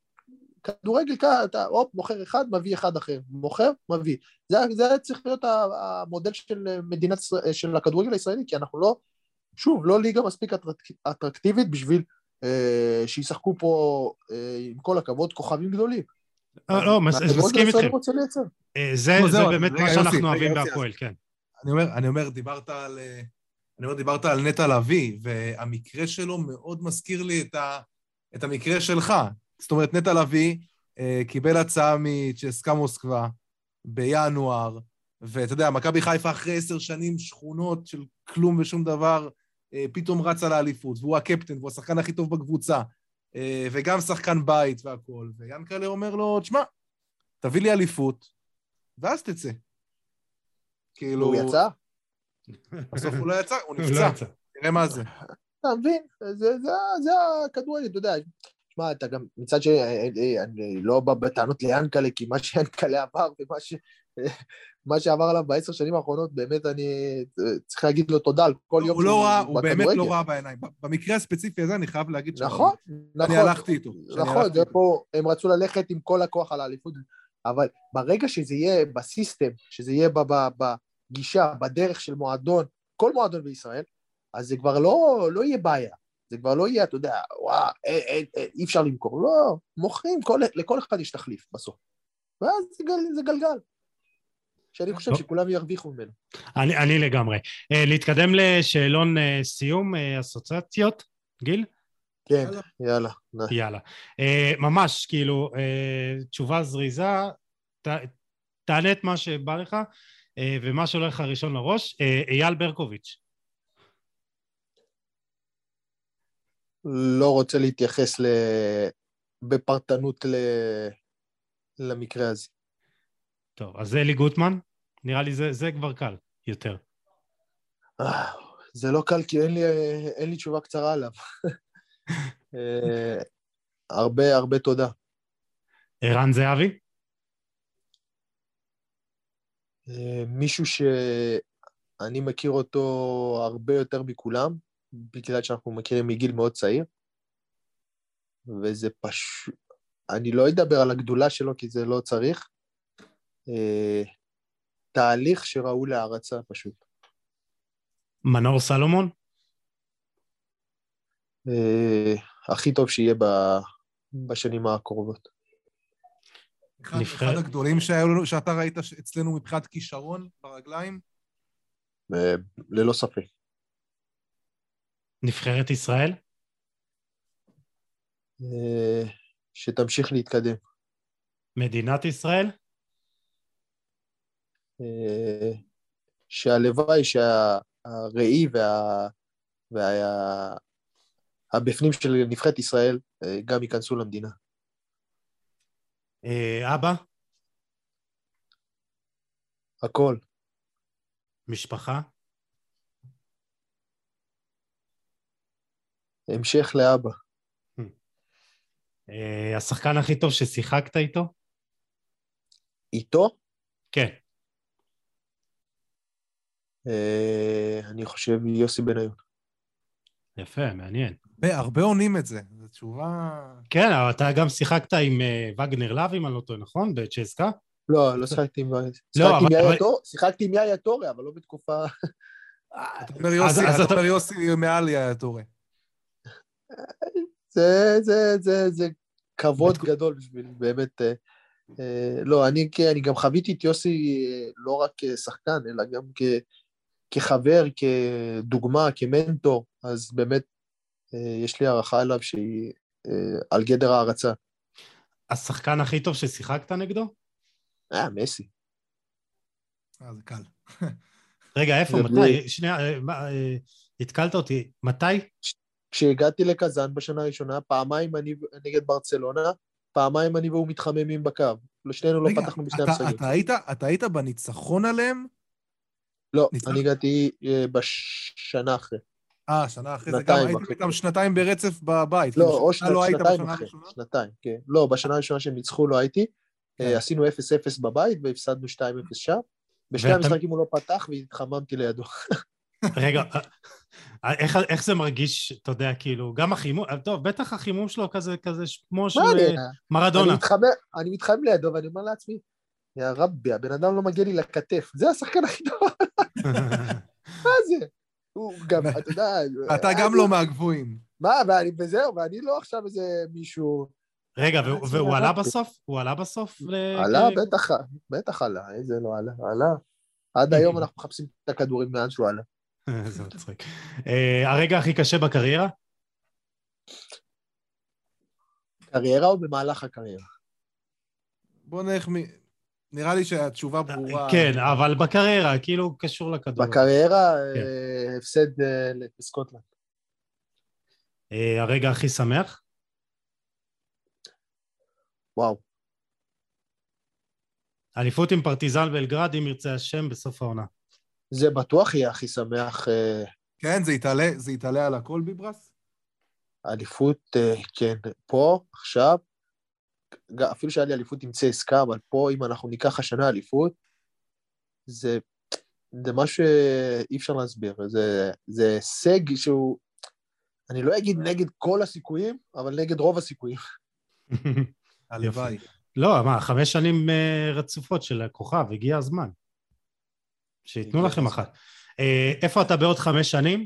כדורגל ככה, אתה הופ, מוכר אחד, מביא אחד אחר. מוכר, מביא. זה, זה צריך להיות המודל של מדינת, של הכדורגל הישראלי, כי אנחנו לא, שוב, לא ליגה מספיק אטרקטיבית בשביל אה, שישחקו פה, אה, עם כל הכבוד, כוכבים גדולים. לא, לא, מסכים איתכם. זה באמת מה שאנחנו אוהבים בהפועל, כן. אני אומר, אני אומר, דיברת על, אני אומר, דיברת על נטע לביא, והמקרה שלו מאוד מזכיר לי את, ה, את המקרה שלך. זאת אומרת, נטע לביא אה, קיבל הצעה מצ'סקה מוסקבה בינואר, ואתה יודע, מכבי חיפה אחרי עשר שנים שכונות של כלום ושום דבר, אה, פתאום רצה לאליפות, והוא הקפטן, והוא השחקן הכי טוב בקבוצה, אה, וגם שחקן בית והכל. ויאנקל'ה אומר לו, תשמע, תביא לי אליפות, ואז תצא. כאילו... הוא יצא? בסוף הוא לא יצא, הוא נפצע. תראה מה זה. אתה מבין? זה הכדורגל, אתה יודע. תשמע, אתה גם מצד שאני לא בא בטענות ליאנקל'ה, כי מה שיאנקל'ה עבר ומה שעבר עליו בעשר שנים האחרונות, באמת אני צריך להגיד לו תודה על כל יום שהוא בכדורגל. הוא באמת לא ראה בעיניים. במקרה הספציפי הזה אני חייב להגיד שאני הלכתי איתו. נכון, זה פה, הם רצו ללכת עם כל הכוח על האליפות, אבל ברגע שזה יהיה בסיסטם, שזה יהיה בגישה, בדרך של מועדון, כל מועדון בישראל, אז זה כבר לא, לא יהיה בעיה. זה כבר לא יהיה, אתה יודע, וואו, אי אפשר למכור. לא, מוכרים, כל, לכל אחד יש תחליף בסוף. ואז זה, גל, זה גלגל. שאני חושב טוב. שכולם ירוויחו ממנו. אני, אני לגמרי. אה, להתקדם לשאלון אה, סיום, אה, אסוציאציות, גיל? כן, יאללה. יאללה. אה, ממש, כאילו, אה, תשובה זריזה, ת, תענה את מה שבא לך, אה, ומה שהולך לך ראשון לראש, אה, אייל ברקוביץ'. לא רוצה להתייחס ל... בפרטנות ל... למקרה הזה. טוב, אז זה אלי גוטמן, נראה לי זה, זה כבר קל יותר. אה, זה לא קל כי אין לי, אין לי תשובה קצרה עליו. אה, הרבה הרבה תודה. ערן זהבי? אה, מישהו שאני מכיר אותו הרבה יותר מכולם, בגלל שאנחנו מכירים מגיל מאוד צעיר, וזה פשוט, אני לא אדבר על הגדולה שלו כי זה לא צריך, אה, תהליך שראוי להערצה פשוט. מנור סלומון? אה, הכי טוב שיהיה ב, בשנים הקרובות. אחד, נבחרת. אחד הגדולים שהיו, שאתה ראית אצלנו מבחינת כישרון ברגליים? אה, ללא ספק. נבחרת ישראל? אה, שתמשיך להתקדם. מדינת ישראל? אה, שהלוואי שהראי וה... וה... הבפנים של נבחרת ישראל אה, גם ייכנסו למדינה. אה, אבא? הכל. משפחה? המשך לאבא. אה, השחקן הכי טוב ששיחקת איתו? איתו? כן. אה, אני חושב יוסי בניון. יפה, מעניין. הרבה, הרבה עונים את זה, זו תשובה... כן, אבל אתה גם שיחקת עם uh, וגנר לב, אם אני לא טועה, נכון? בצ'סקה? לא, לא שיחקתי עם... לא, שיחקתי עם אבל- יאיה אבל- טור, שיחקתי עם יאיה טורי, אבל לא בתקופה... אתה אומר יוסי, אז אתה אתה- אומר יוסי מעל יאיה טורה. זה, זה, זה, זה כבוד בתק- גדול בשביל באמת... אה, אה, לא, אני, אני גם חוויתי את יוסי אה, לא רק כשחקן, אלא גם כ, כחבר, כדוגמה, כמנטור, אז באמת אה, יש לי הערכה עליו שהיא אה, על גדר הערצה. השחקן הכי טוב ששיחקת נגדו? אה, מסי. אה, זה קל. רגע, איפה? זה מתי? בלי- שנייה, אה, מה, אה, התקלת אותי. מתי? כשהגעתי לקזאן בשנה הראשונה, פעמיים אני נגד ברצלונה, פעמיים אני והוא מתחממים בקו. לשנינו לא רגע, פתחנו בשני אתה, המשחקים. אתה, היית, אתה היית בניצחון עליהם? לא, ניצחת? אני הגעתי אה, בשנה אחרי. אה, שנה אחרי זה גם שנתיים הייתם אחרי. איתם שנתיים ברצף בבית. לא, כאילו, או שאתה שנת, לא היית שנתיים בשנה אחרי. הראשונה? שנתיים, כן. לא, בשנה הראשונה שהם ניצחו לא הייתי. כן. אה, עשינו אפס אפס בבית והפסדנו שתיים אפס שם. בשני ואתה- המשחקים הוא לא פתח והתחממתי לידו. רגע, אה, איך, איך זה מרגיש, אתה יודע, כאילו, גם החימום, טוב, בטח החימום שלו כזה, כזה, כמו שהוא אני- אה, אני מרדונה. מתחמם, אני מתחמם לידו ואני אומר לעצמי, יא רבי, הבן אדם לא מגיע לי לכתף. זה השחקן הכי טוב. מה זה? הוא גם, אתה יודע... אתה גם לא מהגבוהים. מה, ואני, וזהו, ואני לא עכשיו איזה מישהו... רגע, אה, והוא- זה והוא עלה רבי. בסוף? הוא עלה בסוף? ל- עלה, כ- בטח, בטח עלה, איזה לא עלה, עלה. עד היום אנחנו מחפשים את הכדורים מאז שהוא עלה. זה מצחיק. אה, הרגע הכי קשה בקריירה? קריירה או במהלך הקריירה? בוא נלך מ... נראה לי שהתשובה ברורה. כן, אבל בקריירה, כאילו, קשור לכדור. בקריירה, כן. אה, הפסד אה, לסקוטלנד. אה, הרגע הכי שמח? וואו. אליפות עם פרטיזן בלגרד, אם ירצה השם, בסוף העונה. זה בטוח יהיה הכי שמח. אה, כן, זה יתעלה, זה יתעלה על הכל ביברס? אליפות, אה, כן, פה, עכשיו, ג- אפילו שהיה לי אליפות עם צסקה, אבל פה, אם אנחנו ניקח השנה אליפות, זה, זה מה שאי אפשר להסביר. זה, זה הישג שהוא, אני לא אגיד נגד כל הסיכויים, אבל נגד רוב הסיכויים. הלוואי. לא, מה, חמש שנים אה, רצופות של הכוכב, הגיע הזמן. שייתנו הגיע לכם הזמן. אחת. אה, איפה אתה בעוד חמש שנים?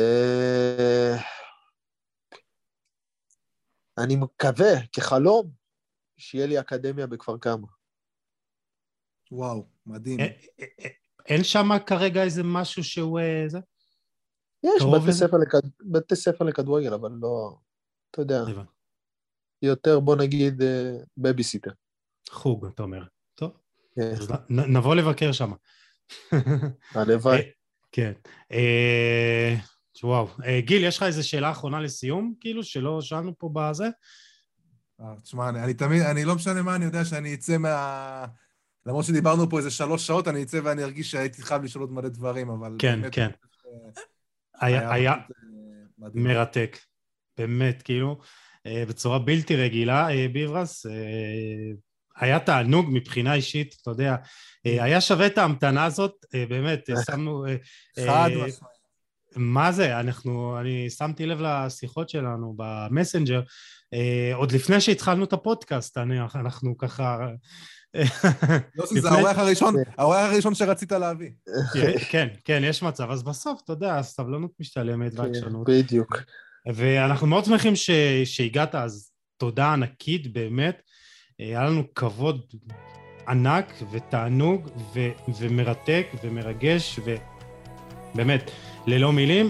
אה, אני מקווה, כחלום, שיהיה לי אקדמיה בכפר כמה. וואו, מדהים. אין שם כרגע איזה משהו שהוא זה? יש בתי ספר, לכד... בתי ספר לכדורגל, אבל לא, אתה יודע, יותר בוא נגיד בייביסיטר. חוג, אתה אומר. טוב, אז נ, נבוא לבקר שם. הלוואי. כן. וואו. גיל, יש לך איזו שאלה אחרונה לסיום, כאילו, שלא שאלנו פה בזה? תשמע, אני תמיד, אני לא משנה מה, אני יודע שאני אצא מה... למרות שדיברנו פה איזה שלוש שעות, אני אצא ואני ארגיש שהייתי חייב לשאול עוד מלא דברים, אבל... כן, כן. היה מרתק. באמת, כאילו, בצורה בלתי רגילה, ביברס, היה תענוג מבחינה אישית, אתה יודע, היה שווה את ההמתנה הזאת, באמת, שמנו... חד משמעית. מה זה? אנחנו, אני שמתי לב לשיחות שלנו במסנג'ר, עוד לפני שהתחלנו את הפודקאסט, אנחנו ככה... לא, זה האורח הראשון, האורח הראשון שרצית להביא. כן, כן, יש מצב. אז בסוף, אתה יודע, הסבלנות משתלמת והקשנות. בדיוק. ואנחנו מאוד שמחים שהגעת, אז תודה ענקית, באמת. היה לנו כבוד ענק ותענוג ומרתק ומרגש, ובאמת, ללא מילים,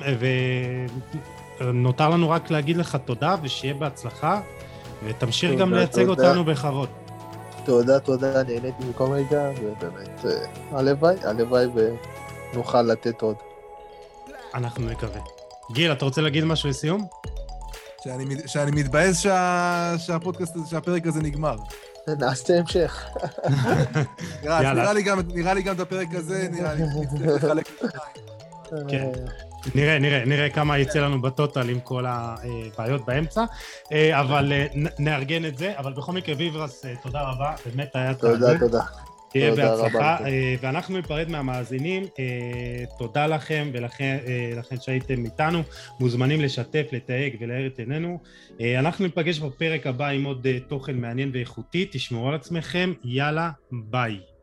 ונותר לנו רק להגיד לך תודה, ושיהיה בהצלחה, ותמשיך גם לייצג אותנו בכבוד. תודה, תודה, נהניתי מכל רגע, ובאמת, הלוואי, הלוואי ונוכל לתת עוד. אנחנו נקווה. גיל, אתה רוצה להגיד משהו לסיום? שאני, שאני מתבאס שה, שהפודקאסט, שהפרק הזה נגמר. נעשה המשך. נראה, נראה לי גם, נראה לי גם את הפרק הזה, נראה לי, נצטרך לחלק לשתיים. כן. נראה, נראה, נראה כמה יצא לנו בטוטל עם כל הבעיות באמצע, אבל נארגן את זה, אבל בכל מקרה, ביברס, תודה רבה, באמת היה תודה. תודה, תודה. תהיה בהצלחה, ואנחנו ניפרד מהמאזינים, תודה לכם ולכן שהייתם איתנו, מוזמנים לשתף, לתייג ולהאיר את עינינו, אנחנו ניפגש בפרק הבא עם עוד תוכן מעניין ואיכותי, תשמרו על עצמכם, יאללה, ביי.